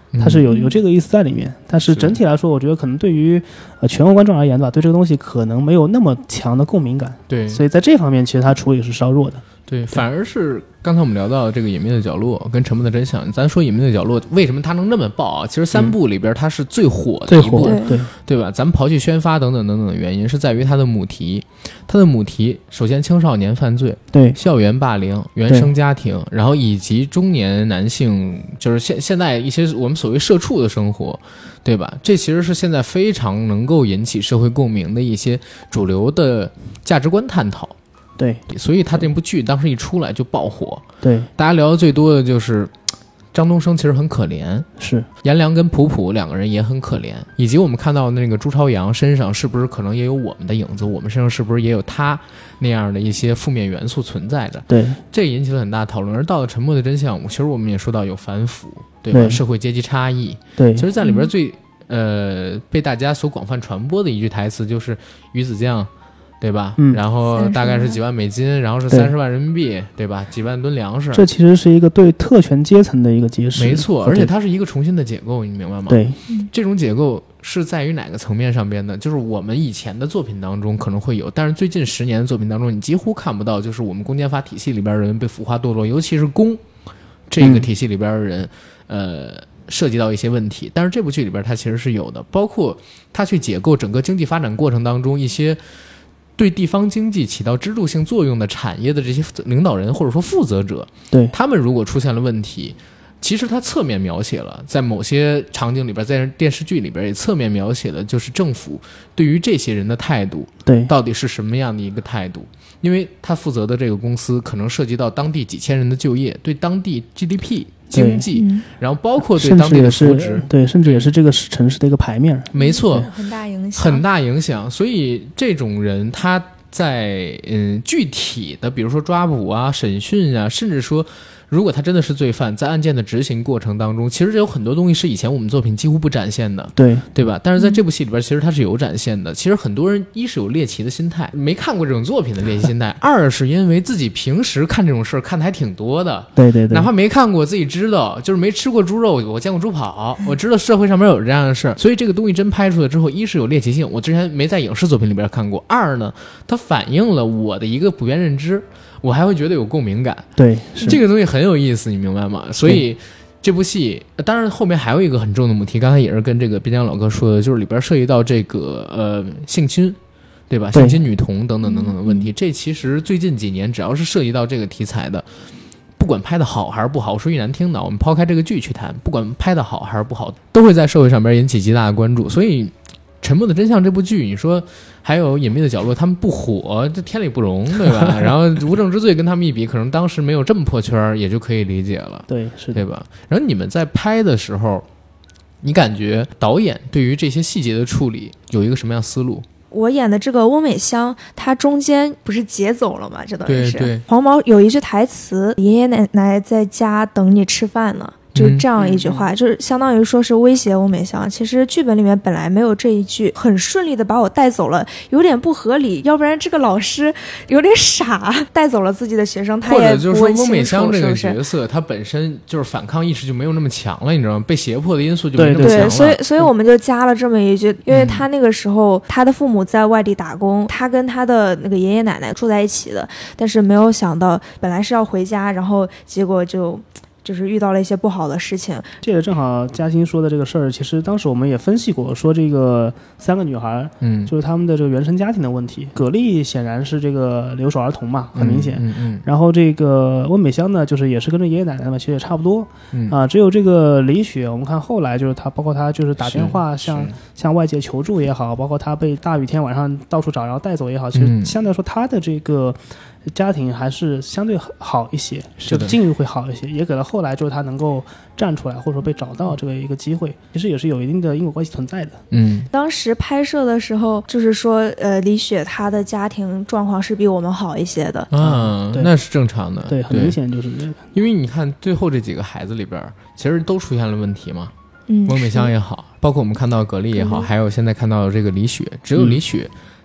B: 它是有有这个意思在里面。但是整体来说，我觉得可能对于呃全国观众而言吧，对这个东西可能没有那么强的共鸣感。
A: 对，
B: 所以在这方面其实它处理是稍弱的。
A: 对，反而是刚才我们聊到这个隐秘的角落跟沉默的真相，咱说隐秘的角落为什么它能那么爆啊？其实三部里边它是最火的一部，
B: 嗯、对
A: 对吧？咱们刨去宣发等等等等的原因，是在于它的母题。它的母题首先青少年犯罪，
B: 对，
A: 校园霸凌，原生家庭，然后以及中年男性，就是现现在一些我们所谓社畜的生活，对吧？这其实是现在非常能够引起社会共鸣的一些主流的价值观探讨。
B: 对，
A: 所以他这部剧当时一出来就爆火。
B: 对，
A: 大家聊的最多的就是张东升其实很可怜，
B: 是
A: 颜良跟普普两个人也很可怜，以及我们看到那个朱朝阳身上是不是可能也有我们的影子，我们身上是不是也有他那样的一些负面元素存在的？
B: 对，这
A: 引起了很大讨论。而到了沉默的真相，其实我们也说到有反腐，对吧？对，社会阶级差异。
B: 对，
A: 其实在里边最、嗯、呃被大家所广泛传播的一句台词就是鱼子酱。对吧、嗯、然后大概是几万美金，然后是三十万人民币， 对, 对吧？几万吨粮食。
B: 这其实是一个对特权阶层的一个揭示。
A: 没错，而且它是一个重新的解构，你明白吗？
B: 对，
A: 这种解构是在于哪个层面上边呢？就是我们以前的作品当中可能会有，但是最近十年的作品当中，你几乎看不到，就是我们公检法体系里边的人被腐化堕落，尤其是公这个体系里边的人，嗯、呃。涉及到一些问题，但是这部剧里边它其实是有的，包括它去解构整个经济发展过程当中一些对地方经济起到支柱性作用的产业的这些领导人或者说负责者，
B: 对
A: 他们如果出现了问题，其实它侧面描写了在某些场景里边，在电视剧里边也侧面描写了就是政府对于这些人的态度，
B: 对，
A: 到底是什么样的一个态度？因为他负责的这个公司可能涉及到当地几千人的就业，对当地 G D P经济、嗯、然后包括对当地的福祉，
B: 对，甚至也是这个城市的一个牌面。
A: 没错，
C: 很大影响，
A: 很大影响。所以这种人他在嗯具体的，比如说抓捕啊、审讯啊，甚至说如果他真的是罪犯，在案件的执行过程当中，其实有很多东西是以前我们作品几乎不展现的，
B: 对
A: 对吧？但是在这部戏里边，其实它是有展现的。其实很多人一是有猎奇的心态，没看过这种作品的猎奇心态；二是因为自己平时看这种事儿看的还挺多的，
B: 对对对，
A: 哪怕没看过，自己知道，就是没吃过猪肉，我见过猪跑，我知道社会上面有这样的事儿。所以这个东西真拍出来之后，一是有猎奇性，我之前没在影视作品里边看过；二呢，它反映了我的一个普遍认知。我还会觉得有共鸣感，
B: 对，
A: 这个东西很有意思，你明白吗？所以这部戏，当然后面还有一个很重的母题，刚才也是跟这个边疆老哥说的，就是里边涉及到这个呃性侵，对吧？性侵女童等等等等的问题。这其实最近几年，只要是涉及到这个题材的，不管拍的好还是不好，说句难听的，我们抛开这个剧去谈，不管拍的好还是不好，都会在社会上边引起极大的关注。所以《沉默的真相》这部剧，你说还有《隐秘的角落》，他们不火，这天理不容，对吧？然后《无证之罪》跟他们一比，可能当时没有这么破圈，也就可以理解了，
B: 对，是
A: 对吧？然后你们在拍的时候，你感觉导演对于这些细节的处理有一个什么样思路？
C: 我演的这个翁美香，她中间不是劫走了吗？这等于是
A: 对对
C: 黄毛有一句台词：“爷爷奶奶在家等你吃饭呢。”就是这样一句话、嗯、就是相当于说是威胁翁美香。其实剧本里面本来没有这一句，很顺利的把我带走了，有点不合理，要不然这个老师有点傻，带走了自己的学生，他也
A: 或者就是说翁美香这个
C: 是
A: 角色他本身就是反抗意识就没有那么强了，你知道吗？被胁迫的因素就没那么强了。
C: 对，所以所以我们就加了这么一句，因为他那个时候、嗯、他的父母在外地打工，他跟他的那个爷爷奶奶住在一起的，但是没有想到本来是要回家，然后结果就就是遇到了一些不好的事情。
B: 这个正好嘉欣说的这个事儿，其实当时我们也分析过，说这个三个女孩，嗯，就是他们的这个原生家庭的问题。蛤蜊显然是这个留守儿童嘛，很明显。嗯 嗯, 嗯。然后这个温美香呢，就是也是跟着爷爷奶奶嘛，其实也差不多。嗯啊，只有这个李雪，我们看后来就是她，包括她就是打电话向向外界求助也好，包括她被大雨天晚上到处找然后带走也好，其实相对来说她的这个家庭还是相对好一些，就境遇会好一些，也给了后来就是他能够站出来或者说被找到这个一个机会，其实也是有一定的因果关系存在的。
A: 嗯，
C: 当时拍摄的时候，就是说，呃，李雪她的家庭状况是比我们好一些的。
A: 啊，那是正常的。
B: 对，很明显就是这个。
A: 因为你看最后这几个孩子里边，其实都出现了问题嘛。
C: 嗯，
A: 翁美香也好，包括我们看到蛤蜊也好，还有现在看到这个李雪，只有李雪。嗯，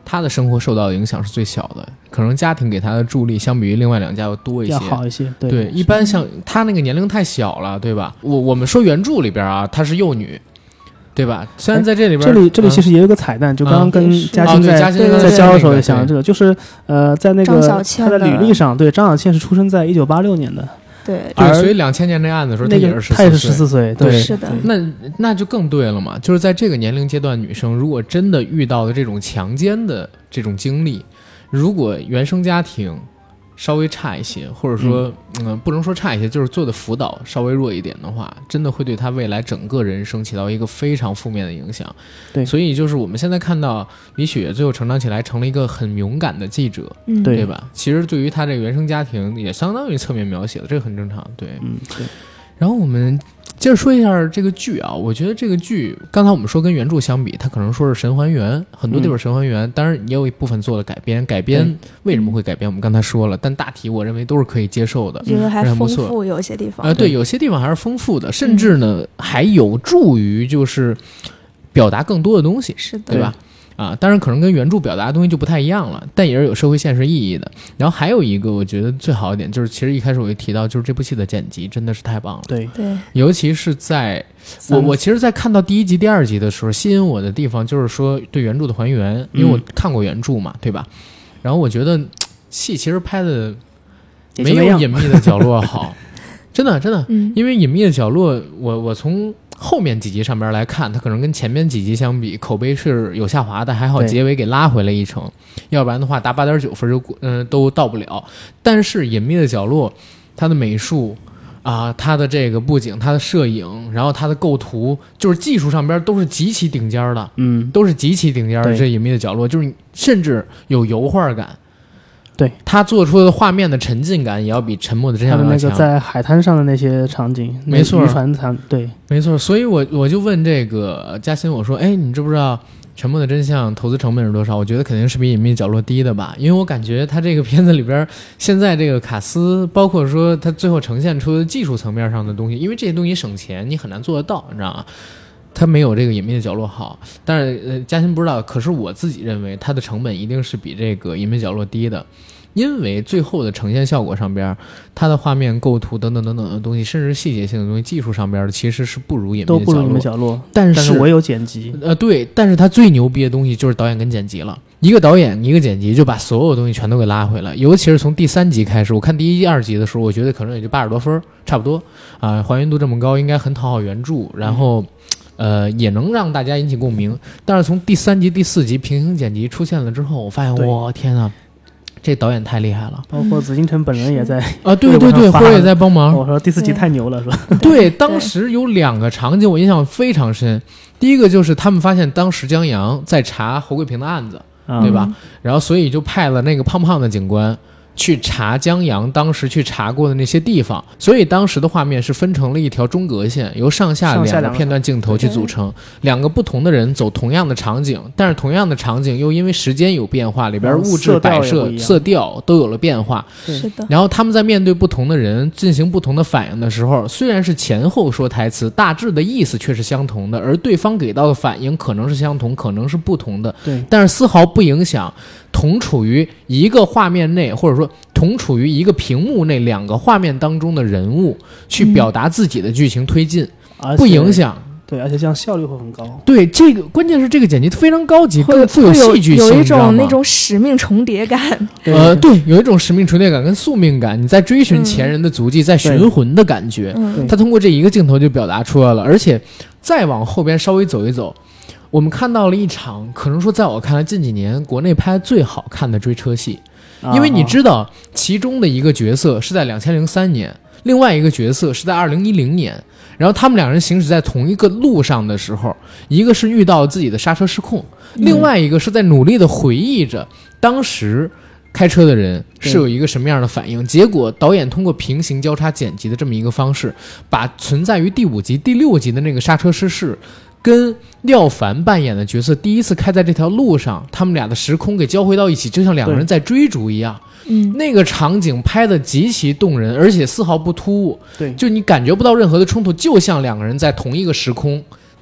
A: 他的生活受到的影响是最小的，可能家庭给他的助力相比于另外两家要多一些，
B: 要好一些。对，
A: 对，一般像他那个年龄太小了，对吧？我我们说原著里边啊，她是幼女，对吧？虽然在这里边，
B: 这里这里其实也有个彩蛋，
A: 嗯、
B: 就刚刚跟嘉欣在、
A: 哦、在,
B: 在交的时候也想到这个，就是呃，在那个他
C: 的
B: 履历上，对张小倩是出生在一九八六年的。
C: 对
A: 对，所以两千年那案子的时候，
B: 那
A: 个
B: 他也是十四岁，对，
C: 是的。
A: 那那就更对了嘛，就是在这个年龄阶段，女生如果真的遇到了这种强奸的这种经历，如果原生家庭稍微差一些，或者说嗯、呃，不能说差一些，就是做的辅导稍微弱一点的话，真的会对她未来整个人生起到一个非常负面的影响。
B: 对，
A: 所以就是我们现在看到李雪最后成长起来，成了一个很勇敢的记者，
C: 嗯，
B: 对
A: 对吧？其实对于她这个原生家庭也相当于侧面描写了，这个很正常。对，
B: 嗯，对。
A: 然后我们接着说一下这个剧啊，我觉得这个剧刚才我们说跟原著相比，它可能说是神还原，很多地方神还原，嗯、当然也有一部分做了改编。改编为什么会改编？我们刚才说了，但大体我认为都是可以接受的，
C: 觉得还丰富，有些地方
A: 啊、呃，对，有些地方还是丰富的，甚至呢、嗯、还有助于就是表达更多的东西，
C: 是的，
A: 对吧？啊，当然可能跟原著表达的东西就不太一样了，但也是有社会现实意义的。然后还有一个我觉得最好一点，就是其实一开始我就提到，就是这部戏的剪辑真的是太棒了。
B: 对
C: 对，
A: 尤其是在我我其实，在看到第一集、第二集的时候，吸引我的地方就是说对原著的还原，因为我看过原著嘛，嗯、对吧？然后我觉得戏其实拍的没有隐秘的角落好，真的真的，
C: 嗯、
A: 因为隐秘的角落，我我从后面几集上边来看，它可能跟前面几集相比，口碑是有下滑的，还好结尾给拉回来一成，要不然的话达八点九分就嗯、呃、都到不了。但是隐秘的角落，它的美术啊，它的这个布景，它的摄影，然后它的构图，就是技术上边都是极其顶尖的，
B: 嗯，
A: 都是极其顶尖的。这隐秘的角落，就是甚至有油画感。
B: 对，
A: 他做出的画面的沉浸感也要比《沉默的真相》
B: 要强。那个在海滩上的那些场景，
A: 没错，
B: 渔船场，对，
A: 没错。所以我我就问这个嘉欣，我说，哎，你知不知道《沉默的真相》投资成本是多少？我觉得肯定是比《隐秘角落》低的吧，因为我感觉他这个片子里边，现在这个卡斯，包括说他最后呈现出的技术层面上的东西，因为这些东西省钱，你很难做得到，你知道吗？它没有这个隐秘的角落好，但是呃，嘉欣不知道，可是我自己认为它的成本一定是比这个隐秘角落低的，因为最后的呈现效果上边，它的画面构图等等等等的东西，甚至细节性的东西，技术上边的其实是不如隐秘的角落，
B: 都不如隐秘角落，
A: 但是
B: 但是我有剪辑，
A: 呃，对，但是它最牛逼的东西就是导演跟剪辑了，一个导演一个剪辑就把所有东西全都给拉回来，尤其是从第三集开始，我看第一、二集的时候，我觉得可能也就八十多分，差不多啊、呃，还原度这么高，应该很讨好原著，然后。嗯呃，也能让大家引起共鸣，但是从第三集、第四集平行剪辑出现了之后，我发现，我天啊，这导演太厉害了！
B: 包括紫禁城本人也在
A: 啊，对对对，辉也在帮忙。
B: 我说第四集太牛了，是吧？
A: 对，当时有两个场景我印象非常深，第一个就是他们发现当时江阳在查侯桂平的案子，
B: 嗯、
A: 对吧？然后所以就派了那个胖胖的警官。去查江阳当时去查过的那些地方，所以当时的画面是分成了一条中隔线，由上下两个片段镜头去组成，两个不同的人走同样的场景，但是同样的场景又因为时间有变化，里边物质摆设、色调, 色调都有了变化。
C: 是的。
A: 然后他们在面对不同的人进行不同的反应的时候，虽然是前后说台词，大致的意思却是相同的，而对方给到的反应可能是相同，可能是不同的，
B: 对，
A: 但是丝毫不影响同处于一个画面内，或者说同处于一个屏幕内两个画面当中的人物去表达自己的剧情推进，
B: 嗯、
A: 不影响。
B: 对，而且这样效率会很高。
A: 对，这个关键是这个剪辑非常高级，更富有戏剧性，
C: 有一种那种使命重叠感。
A: 呃，对，有一种使命重叠感跟宿命感，你在追寻前人的足迹，嗯、在寻魂的感觉。他通过这一个镜头就表达出来了，而且再往后边稍微走一走。我们看到了一场可能说在我看来近几年国内拍最好看的追车戏，因为你知道其中的一个角色是在两千零三年，另外一个角色是在二零一零年，然后他们两人行驶在同一个路上的时候，一个是遇到了自己的刹车失控，另外一个是在努力的回忆着当时开车的人是有一个什么样的反应，结果导演通过平行交叉剪辑的这么一个方式，把存在于第五集第六集的那个刹车失事跟廖凡扮演的角色第一次开在这条路上，他们俩的时空给交汇到一起，就像两个人在追逐一样。
C: 嗯，
A: 那个场景拍得极其动人，而且丝毫不突兀。
B: 对，
A: 就你感觉不到任何的冲突，就像两个人在同一个时空，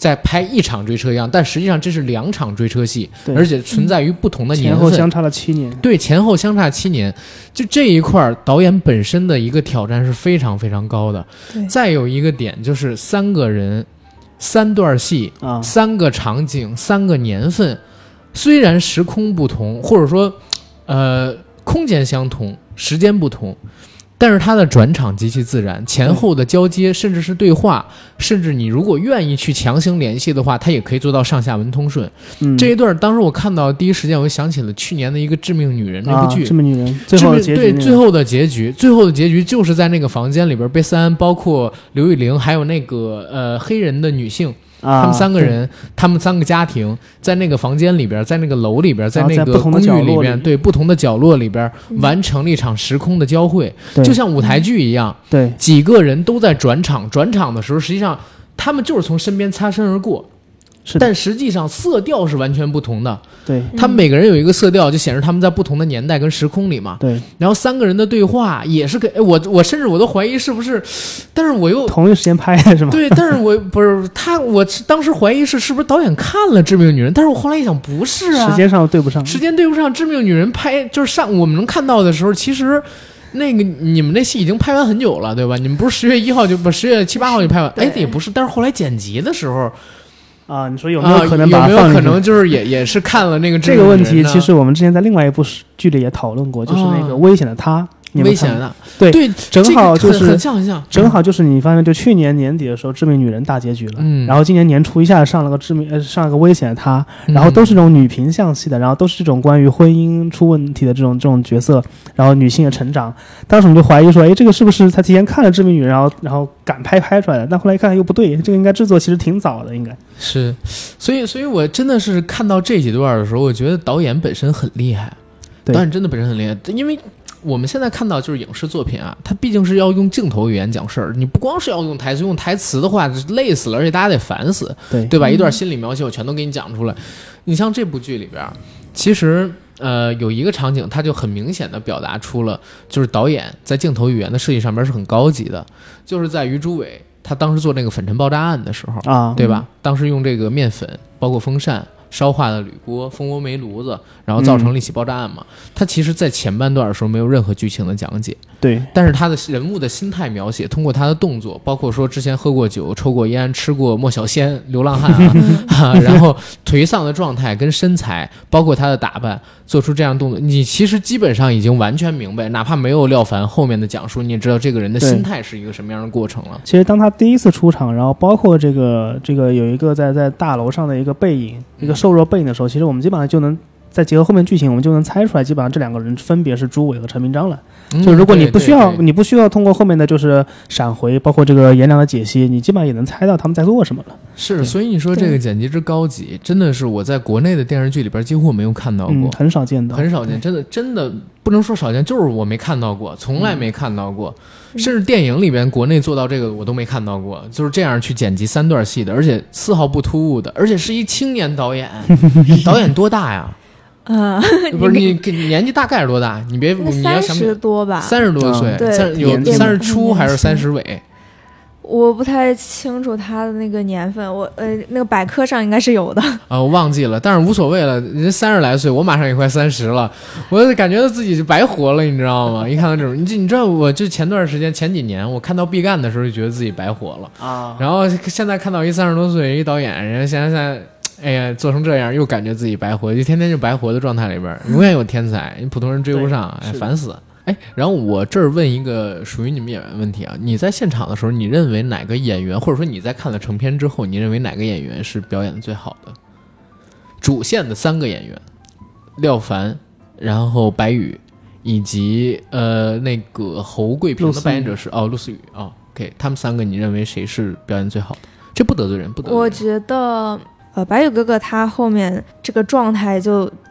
A: 在拍一场追车一样，但实际上这是两场追车戏，而且存在于不同的年份，
B: 前后相差了七年。
A: 对，前后相差七年，就这一块导演本身的一个挑战是非常非常高的。再有一个点就是三个人、三段戏、
B: 啊、
A: 三个场景、三个年份，虽然时空不同，或者说呃空间相同，时间不同。但是它的转场极其自然，前后的交接，甚至是对话，甚至你如果愿意去强行联系的话，它也可以做到上下文通顺。
B: 嗯、
A: 这一段当时我看到第一时间，我就想起了去年的一个《致命女人》那部剧，
B: 啊《致命女人》最后的结局，
A: 对，最后的结局，最后的结局就是在那个房间里边被三安，包括刘玉玲，还有那个呃黑人的女性。他们三个人，他们三个家庭在那个房间里边，在那个楼里边，在那个公寓里边，对不同的角落里边，完成了一场时空的交汇，就像舞台剧一样。
B: 对，
A: 几个人都在转场，转场的时候，实际上他们就是从身边擦身而过。
B: 是，
A: 但实际上色调是完全不同的。
B: 对，
A: 他们每个人有一个色调，就显示他们在不同的年代跟时空里嘛。
B: 对，
A: 然后三个人的对话也是给，哎，我我甚至我都怀疑是不是，但是我又
B: 同一时间拍的是吗？
A: 对，但是我不是他，我当时怀疑是是不是导演看了《致命女人》，但是我后来一想不是啊，
B: 时间上对不上，
A: 时间对不上，《致命女人》拍就是上我们能看到的时候，其实。那个你们那戏已经拍完很久了，对吧？你们不是十月一号就不十月七八号就拍完？哎，也不是，但是后来剪辑的时候。
B: 啊，你说有没有可能把
A: 它放、啊、有没有可能就是也也是看了那个
B: 这个问题？其实我们之前在另外一部剧里也讨论过，就是那个危险的他。
A: 危险的，
B: 对
A: 对，
B: 正好就是、
A: 这个、很像很像，
B: 正好就是你发现，就去年年底的时候，《致命女人》大结局了，嗯，然后今年年初一下上了个致命，呃，上了个危险的她，然后都是这种女频向系的，然后都是这种关于婚姻出问题的这种这种角色，然后女性的成长。当时我们就怀疑说，哎，这个是不是他提前看了《致命女人》，然后然后敢拍拍出来的？但后来一看又不对，这个应该制作其实挺早的，应该
A: 是，所以所以我真的是看到这几段的时候，我觉得导演本身很厉害，导演真的本身很厉害，因为。我们现在看到就是影视作品啊，它毕竟是要用镜头语言讲事儿，你不光是要用台词，用台词的话累死了，而且大家得烦死，
B: 对
A: 对吧？一段心理描写我全都给你讲出来。你像这部剧里边，其实呃有一个场景，它就很明显的表达出了，就是导演在镜头语言的设计上面是很高级的，就是在于朱伟他当时做那个粉尘爆炸案的时候
B: 啊，
A: 对吧？当时用这个面粉，包括风扇。烧化的铝锅、蜂窝煤炉子，然后造成了一起爆炸案嘛。嗯、他其实，在前半段的时候没有任何剧情的讲解，
B: 对。
A: 但是他的人物的心态描写，通过他的动作，包括说之前喝过酒、抽过烟、吃过莫小仙、流浪汉啊，啊然后颓丧的状态跟身材，包括他的打扮，做出这样动作，你其实基本上已经完全明白，哪怕没有廖凡后面的讲述，你也知道这个人的心态是一个什么样的过程了。
B: 其实当他第一次出场，然后包括这个这个有一个在在大楼上的一个背影，一个瘦弱背影的时候，其实我们基本上就能再结合后面剧情，我们就能猜出来，基本上这两个人分别是朱伟和陈明章了。嗯、就如果你不需要，你不需要通过后面的就是闪回，包括这个颜良的解析，你基本上也能猜到他们在做什么了。
A: 是，所以你说这个剪辑之高级，真的是我在国内的电视剧里边几乎没有看到过，
B: 嗯、很少见到，
A: 很少见，真的真的不能说少见，就是我没看到过，从来没看到过。嗯、甚至电影里边国内做到这个我都没看到过，就是这样去剪辑三段戏的，而且丝毫不突兀的，而且是一青年导演，导演多大呀？
C: 啊、
A: 呃，不是你年纪大概是多大？你别你要想
C: 三十多吧，
A: 三十多岁，
C: 嗯、
A: 三有三十出还是三十尾？
C: 我不太清楚他的那个年份，我呃那个百科上应该是有的
A: 啊，我忘记了，但是无所谓了。人三十来岁，我马上也快三十了，我感觉自己就白活了，你知道吗？一看到这种，你你知道，我就前段时间前几年，我看到毕赣的时候就觉得自己白活了啊，然后现在看到一三十多岁一导演，人家现在现在。哎呀，做成这样又感觉自己白活，就天天就白活的状态里边，永远有天才，普通人追不上，哎，烦死。哎，然后我这儿问一个属于你们演员问题啊，你在现场的时候，你认为哪个演员，或者说你在看了成片之后，你认为哪个演员是表演的最好的？主线的三个演员，廖凡，然后白宇，以及呃那个侯桂平的扮演者是哦陆思雨哦 ，OK， 他们三个你认为谁是表演最好的？这不得罪人，不得罪人。
C: 我觉得。呃，白宇哥哥他后面这个状态就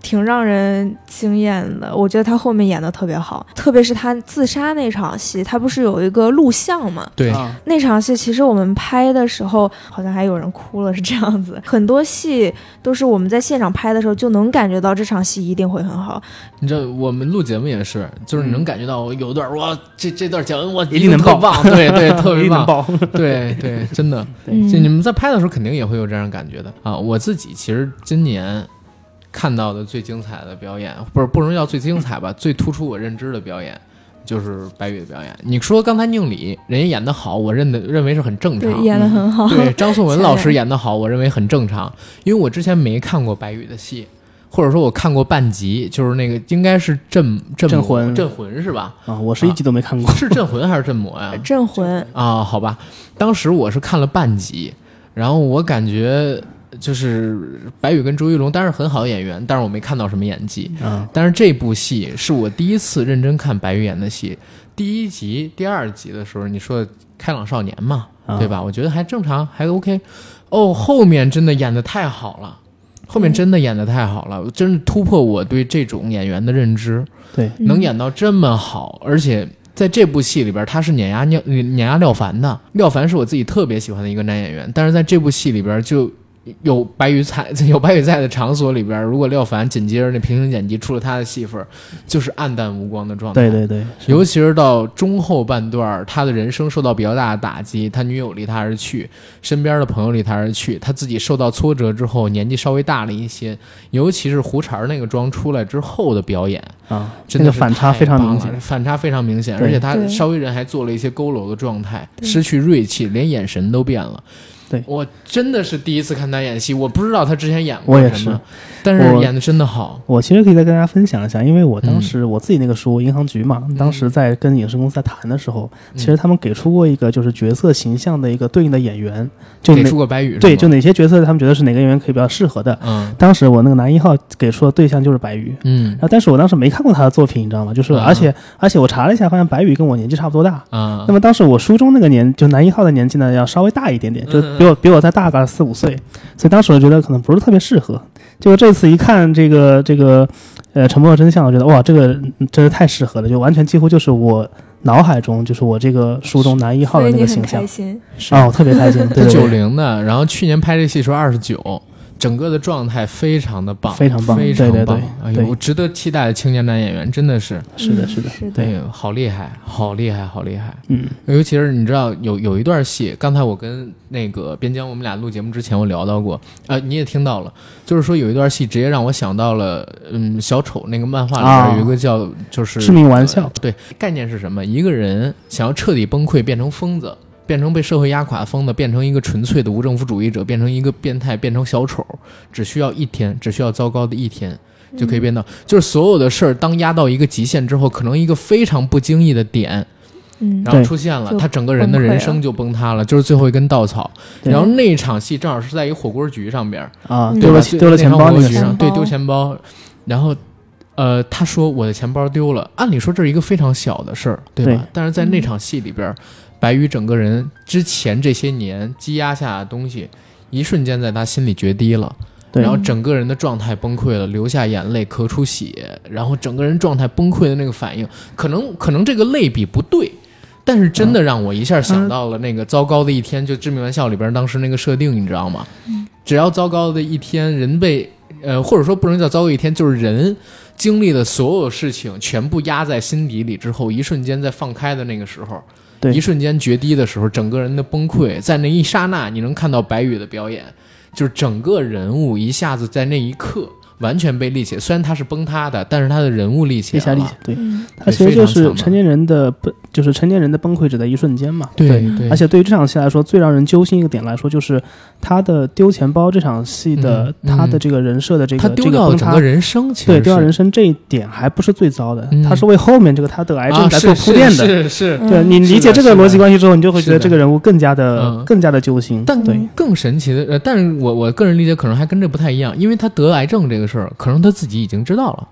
C: 挺让人惊艳的。我觉得他后面演的特别好，特别是他自杀那场戏，他不是有一个录像吗？
A: 对、
B: 啊，
C: 那场戏其实我们拍的时候好像还有人哭了，是这样子。很多戏都是我们在现场拍的时候就能感觉到这场戏一定会很好。
A: 你知道我们录节目也是，就是你能感觉到有段哇，这这段讲我
B: 一定能爆，
A: 棒，对对，特别棒，
B: 爆
A: 对对，真的。
C: 嗯、
A: 就你们在拍的时候肯定也会有这样感觉的啊。我自己其实今年看到的最精彩的表演，不是不能叫最精彩吧，最突出我认知的表演就是白宇的表演。你说刚才宁理人家演得好，我认的认为是很正常，
C: 对，演得很好。
A: 对，张颂文老师演得好，我认为很正常，因为我之前没看过白宇的戏。或者说我看过半集，就是那个应该是镇镇
B: 镇魂
A: 镇魂是吧？
B: 啊，我是一集都没看过。
A: 啊、是镇魂还是镇魔呀？
C: 镇魂
A: 啊，好吧，当时我是看了半集，然后我感觉就是白宇跟周一龙当然很好的演员，但是我没看到什么演技。
B: 嗯，
A: 但是这部戏是我第一次认真看白宇演的戏。第一集、第二集的时候，你说开朗少年嘛，
B: 啊、
A: 对吧？我觉得还正常，还 OK。哦，后面真的演得太好了。后面真的演得太好了，真是突破我对这种演员的认知。
B: 对，
A: 能演到这么好，而且在这部戏里边，他是碾压碾碾压廖凡的。廖凡是我自己特别喜欢的一个男演员，但是在这部戏里边就有白宇在，有白宇在的场所里边，如果廖凡紧接着那平行剪辑出了他的戏份，就是暗淡无光的状态。
B: 对对对，
A: 尤其是到中后半段，他的人生受到比较大的打击，他女友离他而去，身边的朋友离他而去，他自己受到挫折之后，年纪稍微大了一些，尤其是胡茬那个妆出来之后的表演
B: 啊，
A: 真的
B: 那个反差非常明显，
A: 反差非常明显，而且他稍微人还做了一些佝偻的状态，失去锐气，连眼神都变了。
B: 对，
A: 我真的是第一次看他演戏，我不知道他之前演过什么，但是演的真的好。
B: 我, 我其实可以再跟大家分享一下，因为我当时、嗯、我自己那个书银行局嘛，当时在跟影视公司在谈的时候、嗯、其实他们给出过一个就是角色形象的一个对应的演员，就
A: 给出过白宇，
B: 对，就哪些角色他们觉得是哪个演员可以比较适合的。
A: 嗯，
B: 当时我那个男一号给出的对象就是白宇，
A: 嗯，
B: 然后但是我当时没看过他的作品，你知道吗？就是、嗯、而且而且我查了一下，发现白宇跟我年纪差不多大啊、
A: 嗯。
B: 那么当时我书中那个年就男一号的年纪呢要稍微大一点点，就比我、嗯、比我再大个四五岁，所以当时我觉得可能不是特别适合。结果这次一看这个这个呃沉默的真相，我觉得哇，这个真是太适合了，就完全几乎就是我脑海中就是我这个书中男一号的那个形象。哦，特别开心。对对对，
A: 九零的，然后去年拍这戏时候二十九。整个的状态非常的棒，
B: 非常棒，
A: 非常棒，
B: 对对对，
A: 哎呦，值得期待的青年男演员，真的是，
B: 是的，是的，
C: 是的，
A: 对，好厉害，好厉害，好厉害，
B: 嗯，
A: 尤其是你知道有有一段戏，刚才我跟那个边疆我们俩录节目之前我聊到过，呃，你也听到了，就是说有一段戏直接让我想到了，嗯，小丑那个漫画里边有一个叫、啊、就是
B: 致命玩笑、呃，
A: 对，概念是什么？一个人想要彻底崩溃，变成疯子。变成被社会压垮的疯子，变成一个纯粹的无政府主义者，变成一个变态，变成小丑，只需要一天，只需要糟糕的一天就可以变到、嗯、就是所有的事儿当压到一个极限之后，可能一个非常不经意的点，
C: 嗯，
A: 然后出现了，他整个人的人生就崩塌了，就是最后一根稻草。然后那场戏正好是在一个火锅局上边
B: 啊，
A: 丢了
B: 丢了钱包，
A: 那个上对丢钱包，然后。呃，他说我的钱包丢了，按理说这是一个非常小的事儿，对吧？
B: 对，
A: 但是在那场戏里边、嗯，白宇整个人之前这些年积压下的东西，一瞬间在他心里决堤了，然后整个人的状态崩溃了，流下眼泪，咳出血，然后整个人状态崩溃的那个反应，可能可能这个类比不对，但是真的让我一下想到了那个糟糕的一天，就致命玩笑里边当时那个设定，你知道吗？只要糟糕的一天，人被呃或者说不能叫糟糕一天，就是人。经历的所有事情全部压在心底里之后，一瞬间在放开的那个时候，
B: 对，
A: 一瞬间决堤的时候，整个人的崩溃，在那一刹那，你能看到白宇的表演，就是整个人物一下子在那一刻完全被立起，虽然他是崩塌的，但是他的人物立起来了，
B: 立起来，对，嗯、他其实就是成年人的崩，就是成年人的崩溃只在一瞬间嘛，
A: 对
B: 对,
A: 对。
B: 而且对于这场戏来说，最让人揪心一个点来说，就是他的丢钱包这场戏的、嗯、他的这个人设的这个
A: 他丢掉了整个人生，其实
B: 对，丢掉人生这一点还不是最糟的，
A: 嗯、
B: 他是为后面这个他得癌症来做铺垫的，
A: 啊、是 是, 是, 是
B: 对、嗯、你理解这个逻辑关系之后，你就会觉得这个人物更加的、
A: 嗯、
B: 更加的揪心。
A: 但
B: 对，
A: 更神奇的，呃，但是我我个人理解可能还跟这不太一样，因为他得癌症这个事儿，可能他自己已经知道了。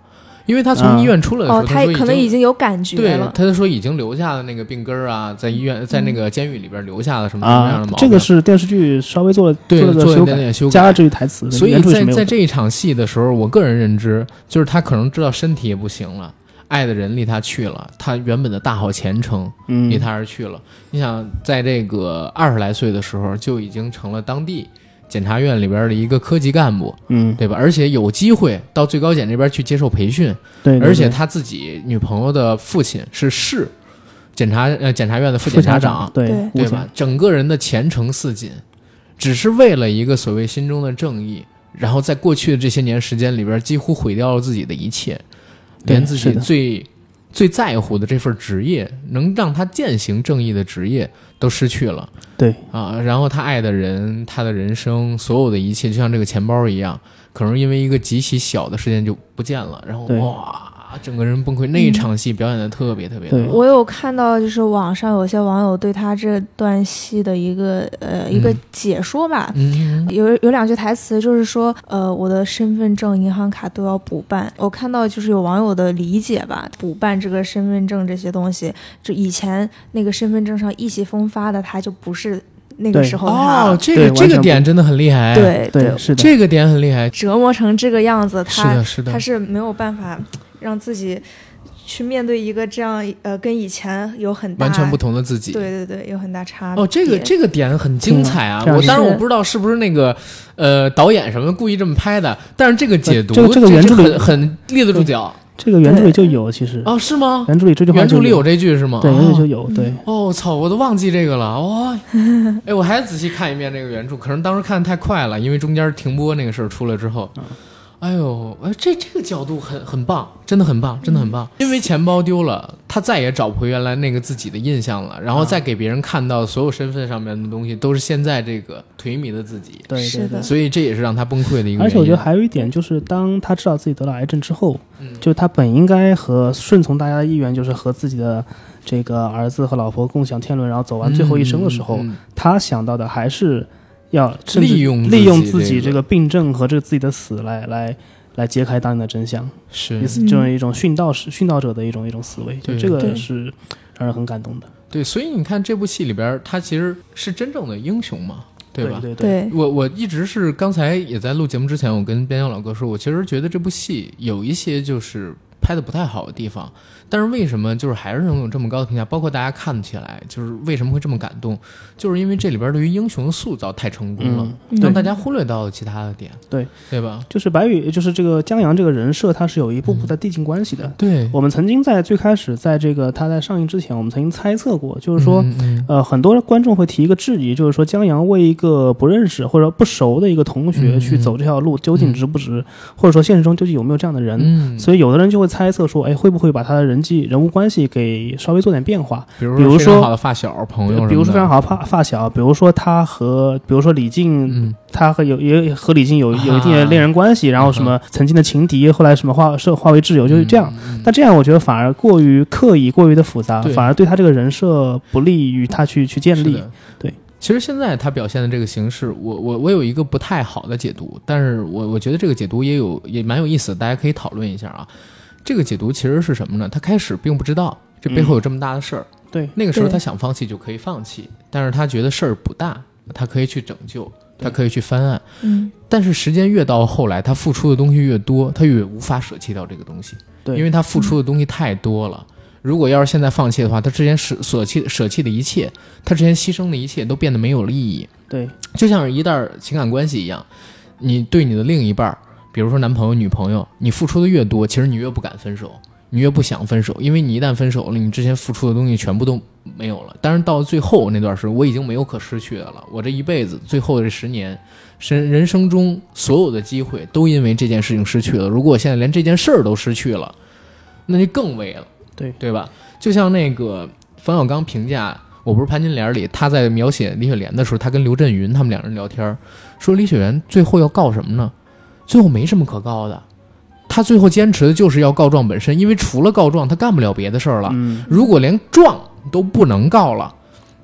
A: 因为他从医院出来的时候，
C: 哦，他可能已经有感觉了。
A: 对，他就说已经留下了那个病根啊，在医院，在那个监狱里边留下了什么什么样的毛病。
B: 啊、这个是电视剧稍微做了
A: 对
B: 做了个
A: 修改，修改
B: 加了这句台词。
A: 所以在在这一场戏的时候，我个人认知就是他可能知道身体也不行了，爱的人离他去了，他原本的大好前程离他而去了。嗯、你想，在这个二十来岁的时候就已经成了当地检察院里边的一个科级干部，
B: 嗯，
A: 对吧？而且有机会到最高检这边去接受培训，
B: 对, 对, 对，
A: 而且他自己女朋友的父亲是市检察呃检察院的副检察长，
B: 对
A: 对吧？整个人的前程似锦，只是为了一个所谓心中的正义，然后在过去的这些年时间里边，几乎毁掉了自己的一切，连自己最最在乎的这份职业，能让他践行正义的职业都失去了。
B: 对
A: 啊，然后他爱的人，他的人生，所有的一切，就像这个钱包一样，可能因为一个极其小的事件就不见了，然后哇，整个人崩溃。那一场戏表演的特别特别好。
C: 我有看到，就是网上有些网友对他这段戏的一个呃一个解说吧，
A: 嗯、
C: 有有两句台词，就是说呃我的身份证、银行卡都要补办。我看到就是有网友的理解吧，补办这个身份证这些东西，就以前那个身份证上意气风发的他就不是那个时候他
A: 哦，这个这个点真的很厉害，
C: 对
B: 对是的，
A: 这个点很厉害，
C: 折磨成这个样子，他
A: 是的是的
C: 他是没有办法让自己去面对一个这样呃跟以前有很大
A: 完全不同的自己，
C: 对对对，有很大差别。
A: 哦，这个这个点很精彩啊！
B: 嗯、
A: 我当然我不知道是不是那个呃导演什么故意这么拍的，但是这个解读
B: 这个这个原著里
A: 很很立得住脚。
B: 这个原著里就有，其实
A: 哦，是吗？
B: 原著里这句话
A: 原著里有这句是吗？
B: 对，原著里就有。对，
A: 哦，操，我都忘记这个了，哇！哎，我还仔细看一遍这个原著，可能当时看得太快了，因为中间停播那个事儿出来之后。嗯哎呦，哎，这这个角度很很棒，真的很棒，真的很棒。因为钱包丢了，他再也找不回原来那个自己的印象了，然后再给别人看到所有身份上面的东西都是现在这个颓靡的自己。
B: 对对对，
A: 所以这也是让他崩溃的一个原因。
B: 而且我觉得还有一点就是，当他知道自己得了癌症之后，
A: 嗯，
B: 就他本应该和顺从大家的意愿，就是和自己的这个儿子和老婆共享天伦，然后走完最后一生的时候，
A: 嗯嗯、
B: 他想到的还是要
A: 利用
B: 利用自己这个病症和这个自己的死来来。来揭开当年的真相，
A: 是
B: 这种一种殉道式殉道者的一种一种思维，就这个是让人很感动的。
A: 对，所以你看这部戏里边，他其实是真正的英雄嘛，对吧？
B: 对
C: 对对。
A: 我我一直是刚才也在录节目之前，我跟边疆老哥说，我其实觉得这部戏有一些就是拍的不太好的地方，但是为什么就是还是能有这么高的评价？包括大家看起来就是为什么会这么感动，就是因为这里边对于英雄的塑造太成功了，
B: 嗯、
A: 让大家忽略到了其他的点，
B: 对
A: 对吧？
B: 就是白宇，就是这个江阳这个人设，它是有一步步的递进关系的。
A: 嗯、对，
B: 我们曾经在最开始，在这个他在上映之前，我们曾经猜测过，就是说，
A: 嗯嗯、
B: 呃，很多观众会提一个质疑，就是说江阳为一个不认识或者不熟的一个同学去走这条路，嗯、究竟值不值，嗯、或者说现实中究竟有没有这样的人？
A: 嗯、
B: 所以有的人就会猜测说，哎，会不会把他的人际人物关系给稍微做点变化？
A: 比如说非常好的发小朋友，
B: 比如说非常好的发发小，比如说他和，比如说李静，
A: 嗯、
B: 他和有也和李静有有一定的恋人关系，啊、然后什么曾经的情敌，后来什么化是化为挚友，就是这样。
A: 嗯、
B: 但这样我觉得反而过于刻意，过于的复杂，反而对他这个人设不利于他去去建立。对。
A: 其实现在他表现的这个形式，我我我有一个不太好的解读，但是我我觉得这个解读也有也蛮有意思的，大家可以讨论一下啊。这个解读其实是什么呢？他开始并不知道这背后有这么大的事儿，
B: 嗯、对，
A: 那个时候他想放弃就可以放弃，但是他觉得事儿不大，他可以去拯救，他可以去翻案。
C: 嗯，
A: 但是时间越到后来，他付出的东西越多，他越无法舍弃掉这个东西，
B: 对，
A: 因为他付出的东西太多了。嗯、如果要是现在放弃的话，他之前舍舍弃舍弃的一切，他之前牺牲的一切都变得没有了意义。
B: 对，
A: 就像是一段情感关系一样，你对你的另一半，比如说男朋友、女朋友，你付出的越多，其实你越不敢分手，你越不想分手，因为你一旦分手了，你之前付出的东西全部都没有了。但是到最后那段时间，我已经没有可失去的了。我这一辈子，最后这十年，人人生中所有的机会都因为这件事情失去了。如果我现在连这件事儿都失去了，那就更危了，
B: 对
A: 对吧？就像那个冯小刚评价，我不是潘金莲里，他在描写李雪莲的时候，他跟刘震云他们两人聊天，说李雪莲最后要告什么呢？最后没什么可告的，他最后坚持的就是要告状本身，因为除了告状他干不了别的事儿了。
B: 嗯、
A: 如果连状都不能告了，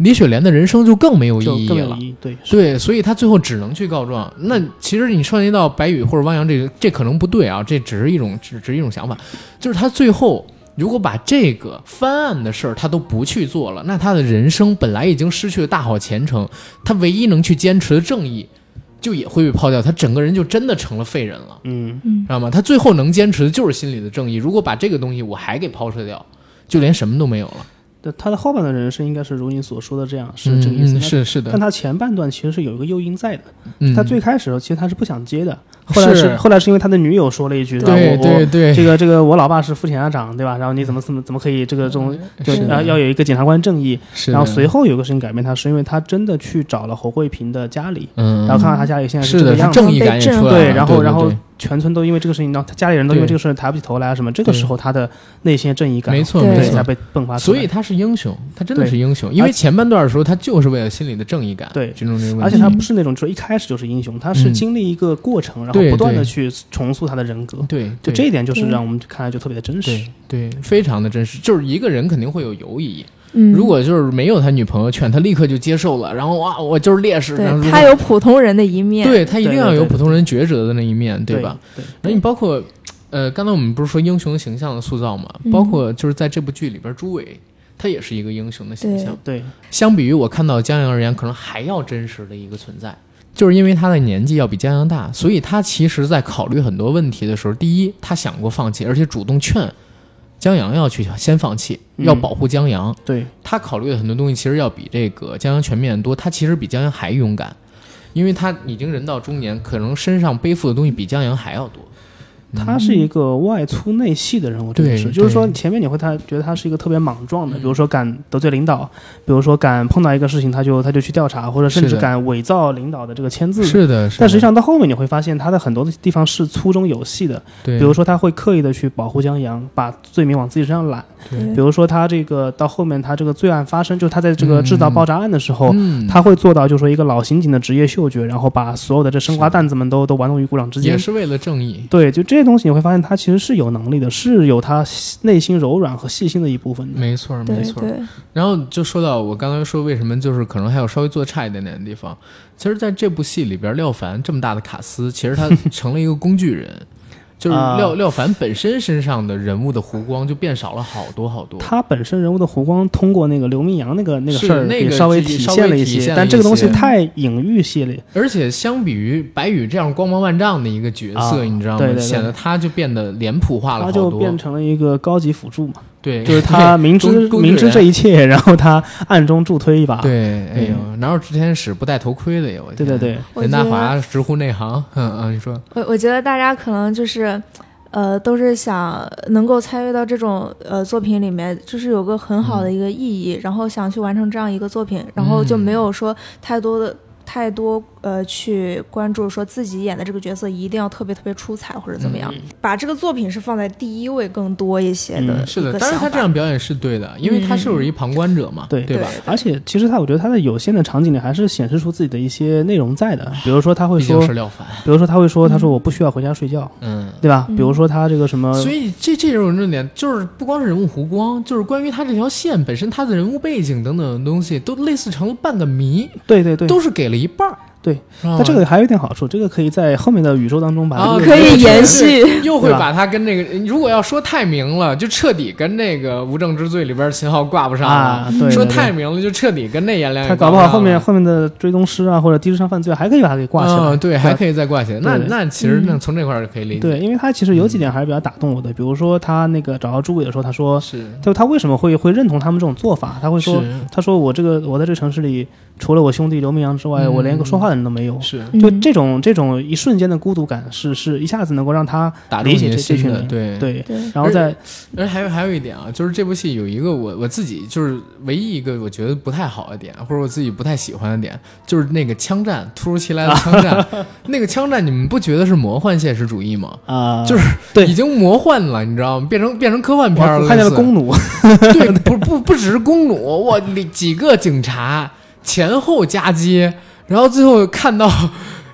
A: 李雪莲的人生就更没有意义了。
B: 意义对
A: 对，所以他最后只能去告状。那其实你涉及到白宇或者汪洋，这个这可能不对啊，这只是一种只只是一种想法，就是他最后如果把这个翻案的事儿他都不去做了，那他的人生本来已经失去了大好前程，他唯一能去坚持的正义就也会被抛掉，他整个人就真的成了废人了。
B: 嗯，
A: 知道吗？他最后能坚持的就是心里的正义，如果把这个东西我还给抛射掉，就连什么都没有了。
B: 对，他的后半段人生应该是如你所说的这样，是这个意思。
A: 嗯嗯、是是的。
B: 但他前半段其实是有一个诱因在的。
A: 嗯、
B: 他最开始的时候其实他是不想接的，后来是, 是后来是因为他的女友说了一句，
A: 对对对，
B: 这个这个我老爸是副检察长，对吧？然后你怎么怎么怎么可以这个这种就要要有一个检察官正义。然后随后有个事情改变他，是因为他真的去找了侯慧萍的家里，
A: 嗯，
B: 然后看到他家里现在
A: 是
B: 这个样子，
A: 正义感也出来了。
B: 对，然后
A: 对对对
B: 然后全村都因为这个事情，然后他家里人都因为这个事抬不起头来啊什么，这个时候他的内心正义感
A: 没错没错
B: 才被迸发出来。
A: 所以他是英雄，他真的是英雄，因为前半段的时候他就是为了心里的正义感，
B: 对，
A: 军中这个问题。
B: 而且他不是那种说一开始就是英雄，他是经历一个过程，嗯、然后不断的去重塑他的人格。
A: 对，
B: 就这一点就是让我们看来就特别的真实，
A: 对，对非常的真实。就是一个人肯定会有犹疑。
C: 嗯，
A: 如果就是没有他女朋友劝，他立刻就接受了，然后哇，我就是烈士。
C: 对，他有普通人的一面，
A: 对他一定要有普通人抉择的那一面， 对, 对, 对吧？
B: 对，
A: 那你包括，呃，刚才我们不是说英雄形象的塑造嘛？
C: 嗯、
A: 包括就是在这部剧里边，朱伟他也是一个英雄的形象。
B: 对，对
A: 相比于我看到江阳而言，可能还要真实的一个存在。就是因为他的年纪要比江阳大，所以他其实在考虑很多问题的时候，第一，他想过放弃，而且主动劝江阳要去先放弃，要保护江阳。
B: 嗯、对，
A: 他考虑的很多东西其实要比这个江阳全面多，他其实比江阳还勇敢，因为他已经人到中年，可能身上背负的东西比江阳还要多。
B: 他是一个外粗内细的人物，真的是，就是说前面你会他觉得他是一个特别莽撞的，比如说敢得罪领导，比如说敢碰到一个事情他就他就去调查，或者甚至敢伪造领导的这个签字。
A: 是的，是的。
B: 但实际上到后面你会发现他的很多的地方是粗中有细的，
A: 对，
B: 比如说他会刻意的去保护江阳，把罪名往自己身上揽。
A: 对，
B: 比如说他这个到后面他这个罪案发生，就是他在这个制造爆炸案的时候，
A: 嗯、
B: 他会做到就是说一个老刑警的职业嗅觉，然后把所有的这生瓜蛋子们都都玩弄于股掌之间，
A: 也是为了正义。
B: 对，就这些东西你会发现他其实是有能力的，是有他内心柔软和细心的一部分的。
A: 没错，没错。
C: 对对，
A: 然后就说到我刚才说为什么就是可能还有稍微做差一点点的地方，其实在这部戏里边，廖凡这么大的卡司，其实他成了一个工具人。就是廖廖凡本身身上的人物的弧光就变少了好多好多。
B: 他本身人物的弧光通过那个刘明阳那个那个事儿
A: 也
B: 稍微体现了一些，但这个东西太隐喻系列。
A: 而且相比于白宇这样光芒万丈的一个角色，啊、你知道吗？
B: 对对对，
A: 显得他就变得脸谱化了好多。
B: 他就变成了一个高级辅助嘛。
A: 对，
B: 就是他明知明知这一切，然后他暗中助推一把。
A: 对，哎呦，哪有织天使不戴头盔的呀？我
B: 对对对，
A: 任达华直呼内行。嗯嗯，你说。
C: 我我觉得大家可能就是。呃，都是想能够参与到这种呃作品里面，就是有个很好的一个意义，嗯、然后想去完成这样一个作品，然后就没有说太多的、嗯、太多呃去关注说自己演的这个角色一定要特别特别出彩或者怎么样，嗯、把这个作品是放在第一位更多一些的、嗯。
A: 是的，当然他这样表演是对的，因为他是有一旁观者嘛，
B: 嗯、对
A: 对吧？
B: 而且其实他，我觉得他在有限的场景里还是显示出自己的一些内容在的，比如说他会说，
A: 是廖凡，
B: 比如说他会说，他说我不需要回家睡觉，
A: 嗯，
B: 对吧？比如说他这个什么，
A: 所以这这种重点就是不光是人物弧光，就是关于他这条线本身，他的人物背景等等的东西，都类似成了半个谜，
B: 对对对，
A: 都是给了一半。
B: 对，但这个还有一点好处，这个可以在后面的宇宙当中把它、
A: 啊、
C: 可以延续，
A: 又会把它跟那个，如果要说太明了，就彻底跟那个《无证之罪》里边秦昊挂不上了。
B: 啊、对对对，
A: 说太明了，就彻底跟那颜良。
B: 他搞不好后面后面的追踪师啊，或者低智商犯罪还可以把它给挂起来。
A: 嗯，对，还可以再挂起来。那那其实那从这块儿可以理解。
B: 对，因为他其实有几点还是比较打动我的，比如说他那个找到朱伟的时候，他说，
A: 是，
B: 就他为什么会会认同他们这种做法？他会说，他说我这个我在这个城市里，除了我兄弟刘明阳之外，嗯、我连个说话的人都没有。
A: 是。
B: 就这种这种一瞬间的孤独感是是一下子能够让他理解这这群人，
A: 对
B: 对，然后再，
A: 而还有还有一点啊，就是这部戏有一个我我自己就是唯一一个我觉得不太好的点，或者我自己不太喜欢的点，就是那个枪战，突如其来的枪战，那个枪战你们不觉得是魔幻现实主义吗？
B: 啊、呃，
A: 就是
B: 对，
A: 已经魔幻了，你知道吗？变成变成科幻片了，
B: 我看见了弓弩，
A: 对，不不不只是弓弩，我几个警察前后夹击。然后最后看到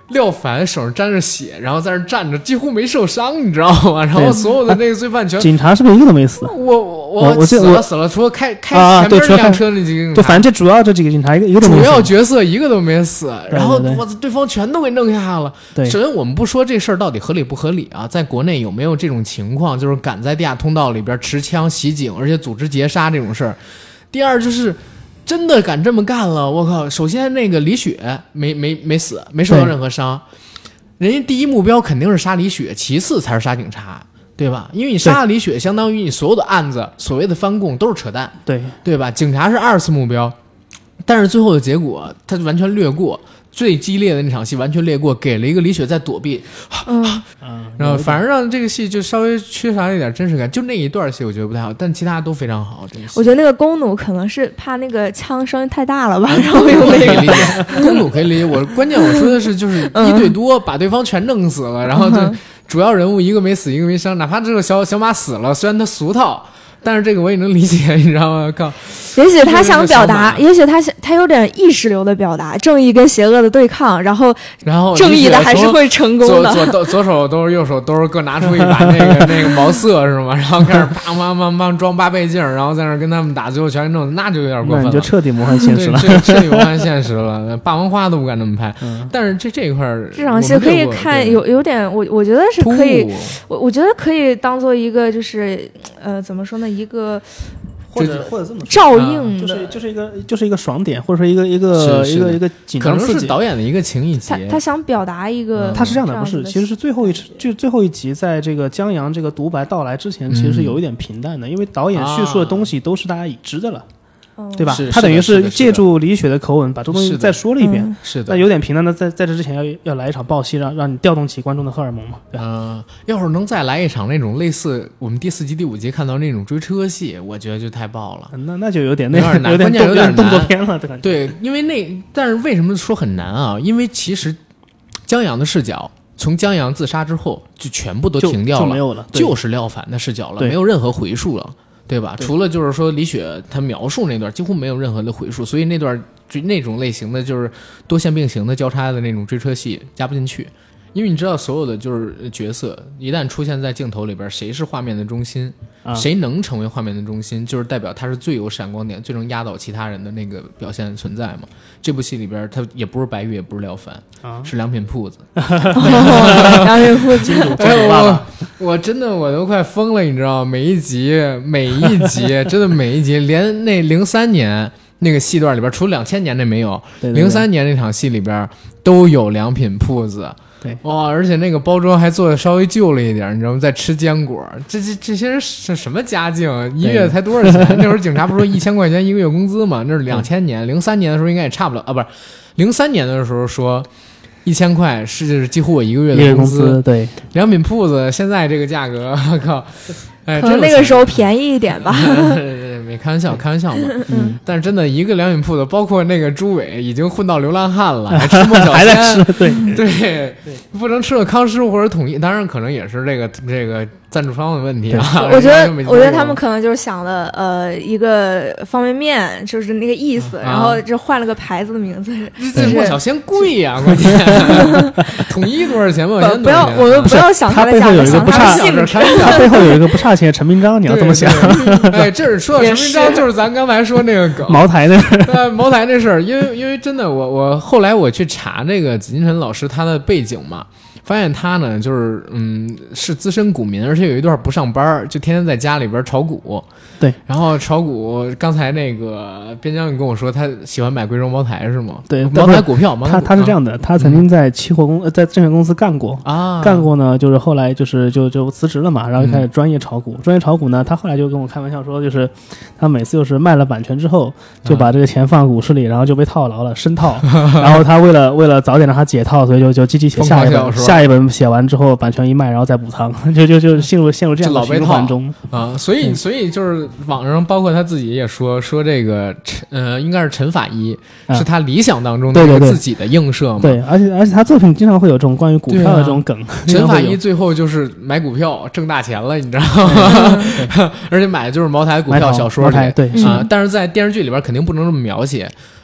A: 廖凡手上沾着血，然后在那站着，几乎没受伤，你知道吗？然后所有的那个罪犯全、
B: 啊、警察是不是一个都没死？
A: 我我
B: 我我
A: 死了死了，除了开开前面那辆车那几个警察，
B: 就反正这主要这几个警察一个一个都没死，
A: 主要角色一个都没死，
B: 对对对，
A: 然后我对方全都给弄下了。
B: 对，
A: 首先我们不说这事儿到底合理不合理啊，在国内有没有这种情况，就是敢在地下通道里边持枪袭警，而且组织劫杀这种事儿。第二就是真的敢这么干了，我靠！首先那个李雪没没没死，没受到任何伤，人家第一目标肯定是杀李雪，其次才是杀警察，对吧？因为你杀了李雪，相当于你所有的案子所谓的翻供都是扯淡，
B: 对
A: 对吧？警察是二次目标，但是最后的结果他完全略过。最激烈的那场戏完全略过，给了一个李雪在躲避，
C: 嗯，
A: 然后反而让这个戏就稍微缺乏了一点真实感。就那一段戏我觉得不太好，但其他都非常好。这个戏
C: 我觉得那个弓弩可能是怕那个枪声音太大了吧，然后用那个
A: 理解，弓弩可以理解。我关键我说的是就是一对多、嗯、把对方全弄死了，然后这主要人物一个没死一个没伤，哪怕这个小小马死了，虽然他俗套。但是这个我也能理解，你知道吗？靠，
C: 也许他想表达，也许他想他有点意识流的表达，正义跟邪恶的对抗，然后
A: 然后
C: 正义的还是会成功的。
A: 左左左手都是右手都是各拿出一把那个那个毛瑟是吗？然后开始砰砰砰砰装八倍镜，然后在那跟他们打，最后全弄，那就有点过分了。
B: 那你就彻底魔幻现实了，
A: 对，彻底魔幻现实了。霸王花都不敢那么拍。嗯、但是这这一块
C: 这场戏可以看有有点，我我觉得是可以，我我觉得可以当做一个就是呃怎么说呢？一个
B: 或者或者这么
C: 照应
B: 的，就是就是一个就是一个爽点，或者说一个一个一个一个紧张刺激，
A: 可能是导演的一个情意结。
C: 他他想表达一个，
B: 他是这样的，不是，其实是最后一就最后一集，在这个江阳这个独白到来之前，其实是有一点平淡的，因为导演叙述的东西都是大家已知的了。对吧？他等于是借助李雪的口吻把这东西再说了一遍，
A: 是的。
B: 那有点平淡的，在在这之前要要来一场爆戏，让让你调动起观众的荷尔蒙嘛。对吧？
A: 嗯，要是能再来一场那种类似我们第四集、第五集看到那种追车戏，我觉得就太爆了。
B: 那那就有点那
A: 有点难，
B: 有点
A: 有点
B: 动作片了，对
A: 对，因为那但是为什么说很难啊？因为其实江阳的视角。从江阳自杀之后，就全部都停掉了，
B: 就, 就没有了，
A: 就是廖凡的视角了，没有任何回述了。对吧？对，除了就是说李雪她描述那段几乎没有任何的回述，所以那段就那种类型的就是多线并行的交叉的那种追车戏加不进去，因为你知道所有的就是角色一旦出现在镜头里边，谁是画面的中心、啊、谁能成为画面的中心，就是代表他是最有闪光点、最能压倒其他人的那个表现存在嘛。这部戏里边他也不是白玉，也不是廖凡、啊、是良品铺子
C: 良品铺子金主
A: 爸爸。我真的我都快疯了，你知道吗？每一集每一集真的每一集，连那零三年那个戏段里边，除了两千年那没有，零三年那场戏里边都有良品铺子。
B: 对，
A: 哇，而且那个包装还做的稍微旧了一点，你知道吗？在吃坚果，这这这些人是什么家境？一月才多少钱？那会儿警察不是说一千块钱一个月工资嘛？那是两千年，零三年的时候应该也差不了啊，不是零三年的时候说。一千块是几乎我一个月的
B: 工资，对。
A: 良品铺子现在这个价格，我靠，哎，
C: 可能那个时候便宜一点吧。
A: 没开玩笑，开玩笑嘛。嗯。但是真的，一个良品铺子，包括那个朱伟，已经混到流浪汉了，还吃莫小仙，
B: 还在吃，对
A: 对，不能吃了康师傅或者统一，当然可能也是这个这个赞助商的问题啊。
C: 我觉得，我觉得他们可能就是想了，呃，一个方便面，就是那个意思，
A: 啊、
C: 然后就换了个牌子的名字。
A: 这莫小仙贵呀、啊，关键。统一多少钱？莫小仙
C: 不要，我们不要想
B: 它背后有一个不差，它背后有一个不差钱的陈明章，你要这么想。
A: 哎，这是说到陈明章，就是咱刚才说那个梗，
B: 茅台那
A: 呃，茅台那事儿，因为因为真的，我我后来我去查这个紫金陈老师他的背景嘛。发现他呢，就是嗯，是资深股民，而且有一段不上班，就天天在家里边炒股。
B: 对，
A: 然后炒股，刚才那个边疆跟我说，他喜欢买贵州茅台是吗？
B: 对，
A: 茅台股票。
B: 他他是这样的，他曾经在期货公、嗯、在证券公司干过
A: 啊，
B: 干过呢，就是后来就是就就辞职了嘛，然后就开始专业炒股。嗯、专业炒股呢，他后来就跟我开玩笑说，就是他每次就是卖了版权之后，就把这个钱放股市里，然后就被套牢了，深套。然后他为了为了早点让他解套，所以就就积极写下一本下。下一本写完之后，版权一卖，然后再补仓，就就就陷入陷入这样的循环中
A: 啊。所以所以就是网上包括他自己也说说这个呃，应该是陈法医、啊、是他理想当中的自己的映射嘛。
B: 对，对，对，而且而且他作品经常会有这种关于股票的这种梗。啊、
A: 陈法医最后就是买股票挣大钱了，你知道吗？而且买的就是茅台股票小说里。
B: 对
A: 啊，但是在电视剧里边肯定不能这么描写。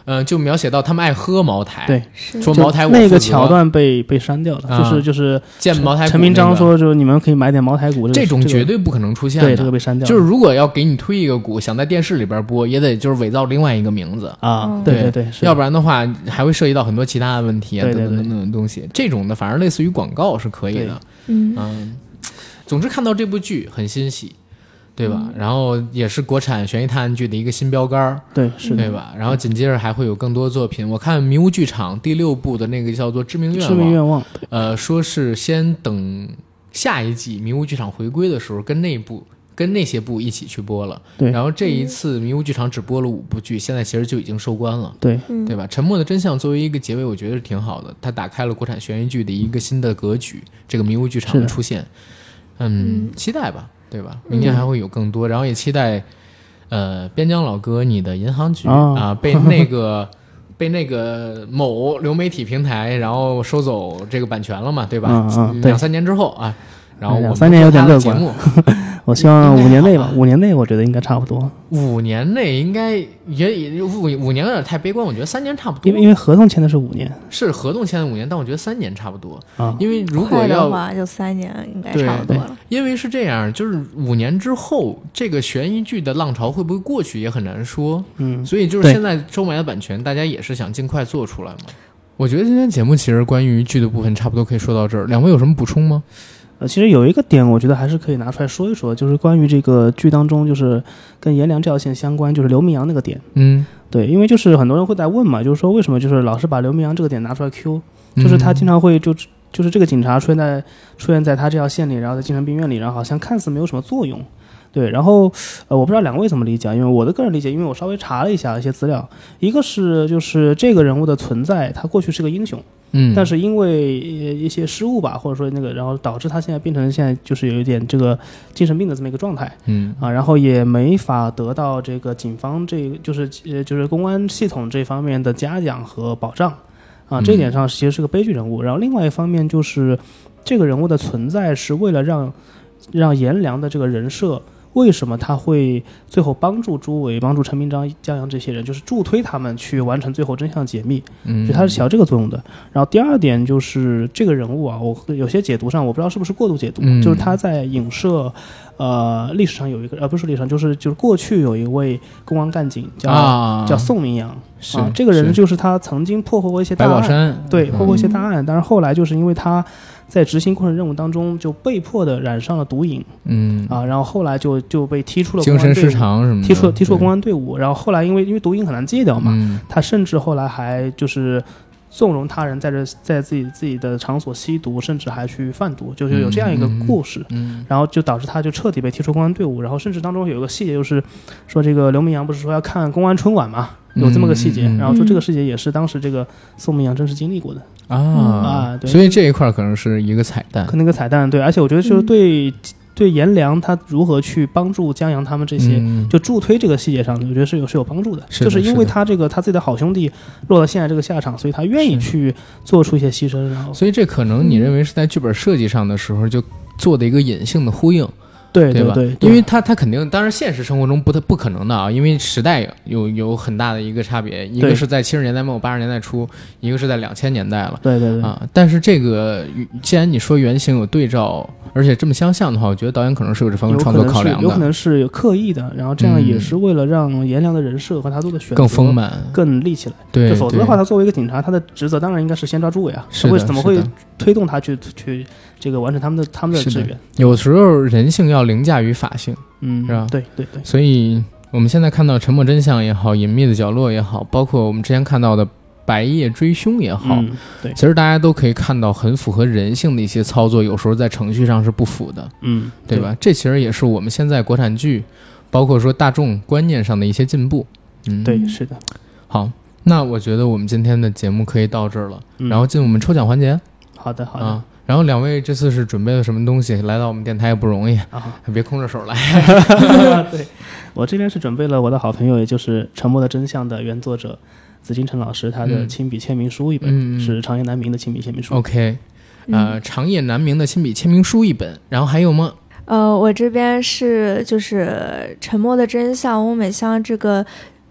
A: 呃，就描写到他们爱喝茅台，
B: 对，
A: 说茅台我
B: 那个桥段被被删掉了，啊、就是就是
A: 见茅台、那个。
B: 陈明章说，就是你们可以买点茅台股，
A: 这种绝对不可能出现的。
B: 对，这个被删掉了。
A: 就是如果要给你推一个股，想在电视里边播，也得就是伪造另外一个名字
B: 啊。
C: 嗯、
B: 对对对，
A: 要不然的话还会涉及到很多其他的问题啊，
B: 对对对
A: 等等等等东西。这种的反而类似于广告是可以的。
C: 嗯
A: 嗯，总之看到这部剧很欣喜。对吧、嗯？然后也是国产悬疑探案剧的一个新标杆，
B: 对，是
A: 对吧？然后紧接着还会有更多作品。我看迷雾剧场第六部的那个叫做《致命愿望》，
B: 致命愿望，
A: 呃，说是先等下一季迷雾剧场回归的时候，跟那部跟那些部一起去播了。
B: 对。
A: 然后这一次迷雾剧场只播了五部剧，现在其实就已经收官了。
B: 对，
A: 对吧？沉默的真相作为一个结尾，我觉得是挺好的，它打开了国产悬疑剧的一个新的格局。这个迷雾剧场的出现，嗯，嗯期待吧。对吧？明年还会有更多，嗯、然后也期待，呃，边疆老哥你的银行局、哦、啊，被那个被那个某流媒体平台然后收走这个版权了嘛，对吧？
B: 嗯嗯、
A: 两三年之后啊，然后我们
B: 两三年有点乐观。
A: 节目
B: 我希望五年内吧，五年内我觉得应该差不多。
A: 五年内应该也也五五年有点太悲观，我觉得三年差不多。
B: 因为因为合同签的是五年，
A: 是合同签的五年，但我觉得三年差不多
B: 啊。
A: 因为如果要
C: 的话，就三年应该差不多了。
A: 因为是这样，就是五年之后，这个悬疑剧的浪潮会不会过去也很难说。
B: 嗯，
A: 所以就是现在收买的版权，大家也是想尽快做出来嘛。我觉得今天节目其实关于剧的部分差不多可以说到这儿，两位有什么补充吗？
B: 呃，其实有一个点，我觉得还是可以拿出来说一说，就是关于这个剧当中，就是跟颜良这条线相关，就是刘明阳那个点。
A: 嗯，
B: 对，因为就是很多人会在问嘛，就是说为什么就是老是把刘明阳这个点拿出来 Q， 就是他经常会就就是这个警察出现在出现在他这条线里，然后在精神病院里，然后好像看似没有什么作用。对，然后呃，我不知道两位怎么理解，因为我的个人理解，因为我稍微查了一下一些资料，一个是就是这个人物的存在，他过去是个英雄。
A: 嗯，
B: 但是因为一些失误吧，或者说那个，然后导致他现在变成现在就是有一点这个精神病的这么一个状态，
A: 嗯
B: 啊，然后也没法得到这个警方这个就是呃就是公安系统这方面的嘉奖和保障，啊，这一点上其实是个悲剧人物。然后另外一方面就是这个人物的存在是为了让让颜良的这个人设。为什么他会最后帮助朱伟、帮助陈明章、江阳这些人，就是助推他们去完成最后真相解密？
A: 嗯，
B: 就他是起到这个作用的。然后第二点就是这个人物啊，我有些解读上我不知道是不是过度解读，
A: 嗯、
B: 就是他在影射，呃，历史上有一个，呃，不是历史上，就是就是过去有一位公安干警叫、
A: 啊、
B: 叫宋明阳，
A: 是、
B: 啊、这个人就是他曾经破获过一些大案，
A: 白宝山
B: 对，破获一些大案，
A: 嗯、
B: 但是后来就是因为他。在执行过程任务当中，就被迫的染上了毒瘾，
A: 嗯
B: 啊，然后后来就就被踢出了公安队伍，
A: 精神失常什么的，
B: 踢出踢出了公安队伍。然后后来因为因为毒瘾很难戒掉嘛，
A: 嗯、
B: 他甚至后来还就是纵容他人在这在自己自己的场所吸毒，甚至还去贩毒，就是有这样一个故事。
A: 嗯，嗯
B: 然后就导致他就彻底被踢出公安队伍。然后甚至当中有一个细节，就是说这个刘明阳不是说要看公安春晚嘛，有这么个细节，
A: 嗯嗯、
B: 然后说这个细节也是当时这个宋明阳真实经历过的。
A: 啊、
B: 啊，对，
A: 所以这一块可能是一个彩蛋，
B: 可能个彩蛋，对，而且我觉得就是对、嗯、对颜良他如何去帮助江阳他们这些，
A: 嗯、
B: 就助推这个细节上，我觉得是有是有帮助的，
A: 是的
B: 就是因为他这个他自己的好兄弟落到现在这个下场，所以他愿意去做出一些牺牲，然后，
A: 所以这可能你认为是在剧本设计上的时候就做的一个隐性的呼应。
B: 对
A: 对吧？
B: 对对，
A: 因为他他肯定，当然现实生活中不不可能的啊，因为时代有有很大的一个差别，一个是在七十年代末八十年代初，一个是在两千年代了。
B: 对对对
A: 啊，但是这个既然你说原型有对照，而且这么相像的话，我觉得导演可能是有这方面创作考量的，
B: 有可能是有刻意的，然后这样也是为了让颜良的人设和他做的选择
A: 更丰满、
B: 更立起来。
A: 对，
B: 就否则的话，他作为一个警察，他的职责当然应该是先抓朱伟啊，
A: 是的，
B: 怎么会推动他去去这个完成他们的他们的志愿？
A: 有时候人性要凌驾于法性，
B: 嗯，
A: 是吧？
B: 对对对。
A: 所以我们现在看到《沉默真相》也好，《隐秘的角落》也好，包括我们之前看到的《白夜追凶》也好，
B: 嗯、对，
A: 其实大家都可以看到很符合人性的一些操作，有时候在程序上是不符的，
B: 嗯，
A: 对吧？对，这其实也是我们现在国产剧，包括说大众观念上的一些进步。嗯，
B: 对，是的。
A: 好，那我觉得我们今天的节目可以到这儿了，
B: 嗯、
A: 然后进我们抽奖环节。
B: 好的，好的。
A: 啊，然后两位这次是准备了什么东西？来到我们电台也不容易
B: 啊，
A: 别空着手来。
B: 对，我这边是准备了我的好朋友，也就是《沉默的真相》的原作者紫金陈老师他的亲笔签名书一本，
A: 嗯、
B: 是长夜难明的亲笔签名书。
A: OK， 呃，长夜难明的亲笔签名书一本，然后还有吗？
C: 呃，我这边是就是《沉默的真相》翁美香这个。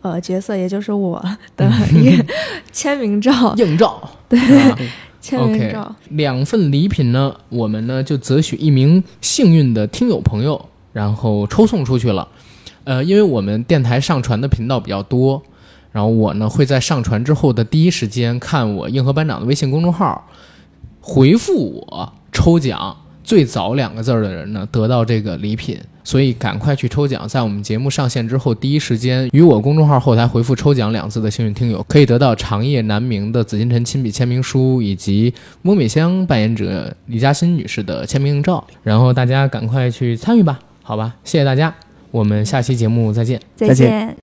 C: 呃角色，也就是我的一个签名照，
A: 硬照，
C: 对，
A: 啊
C: 签名照。
A: OK， 两份礼品呢，我们呢就择取一名幸运的听友朋友，然后抽送出去了。呃，因为我们电台上传的频道比较多，然后我呢会在上传之后的第一时间看我硬核班长的微信公众号，回复我抽奖最早两个字的人呢得到这个礼品，所以赶快去抽奖，在我们节目上线之后第一时间与我公众号后台回复抽奖两字的幸运听友可以得到长夜难明的紫禁城亲笔签名书以及翁美香扮演者李嘉欣女士的签名照，然后大家赶快去参与吧，好吧，谢谢大家，我们下期节目再见。
C: 再见。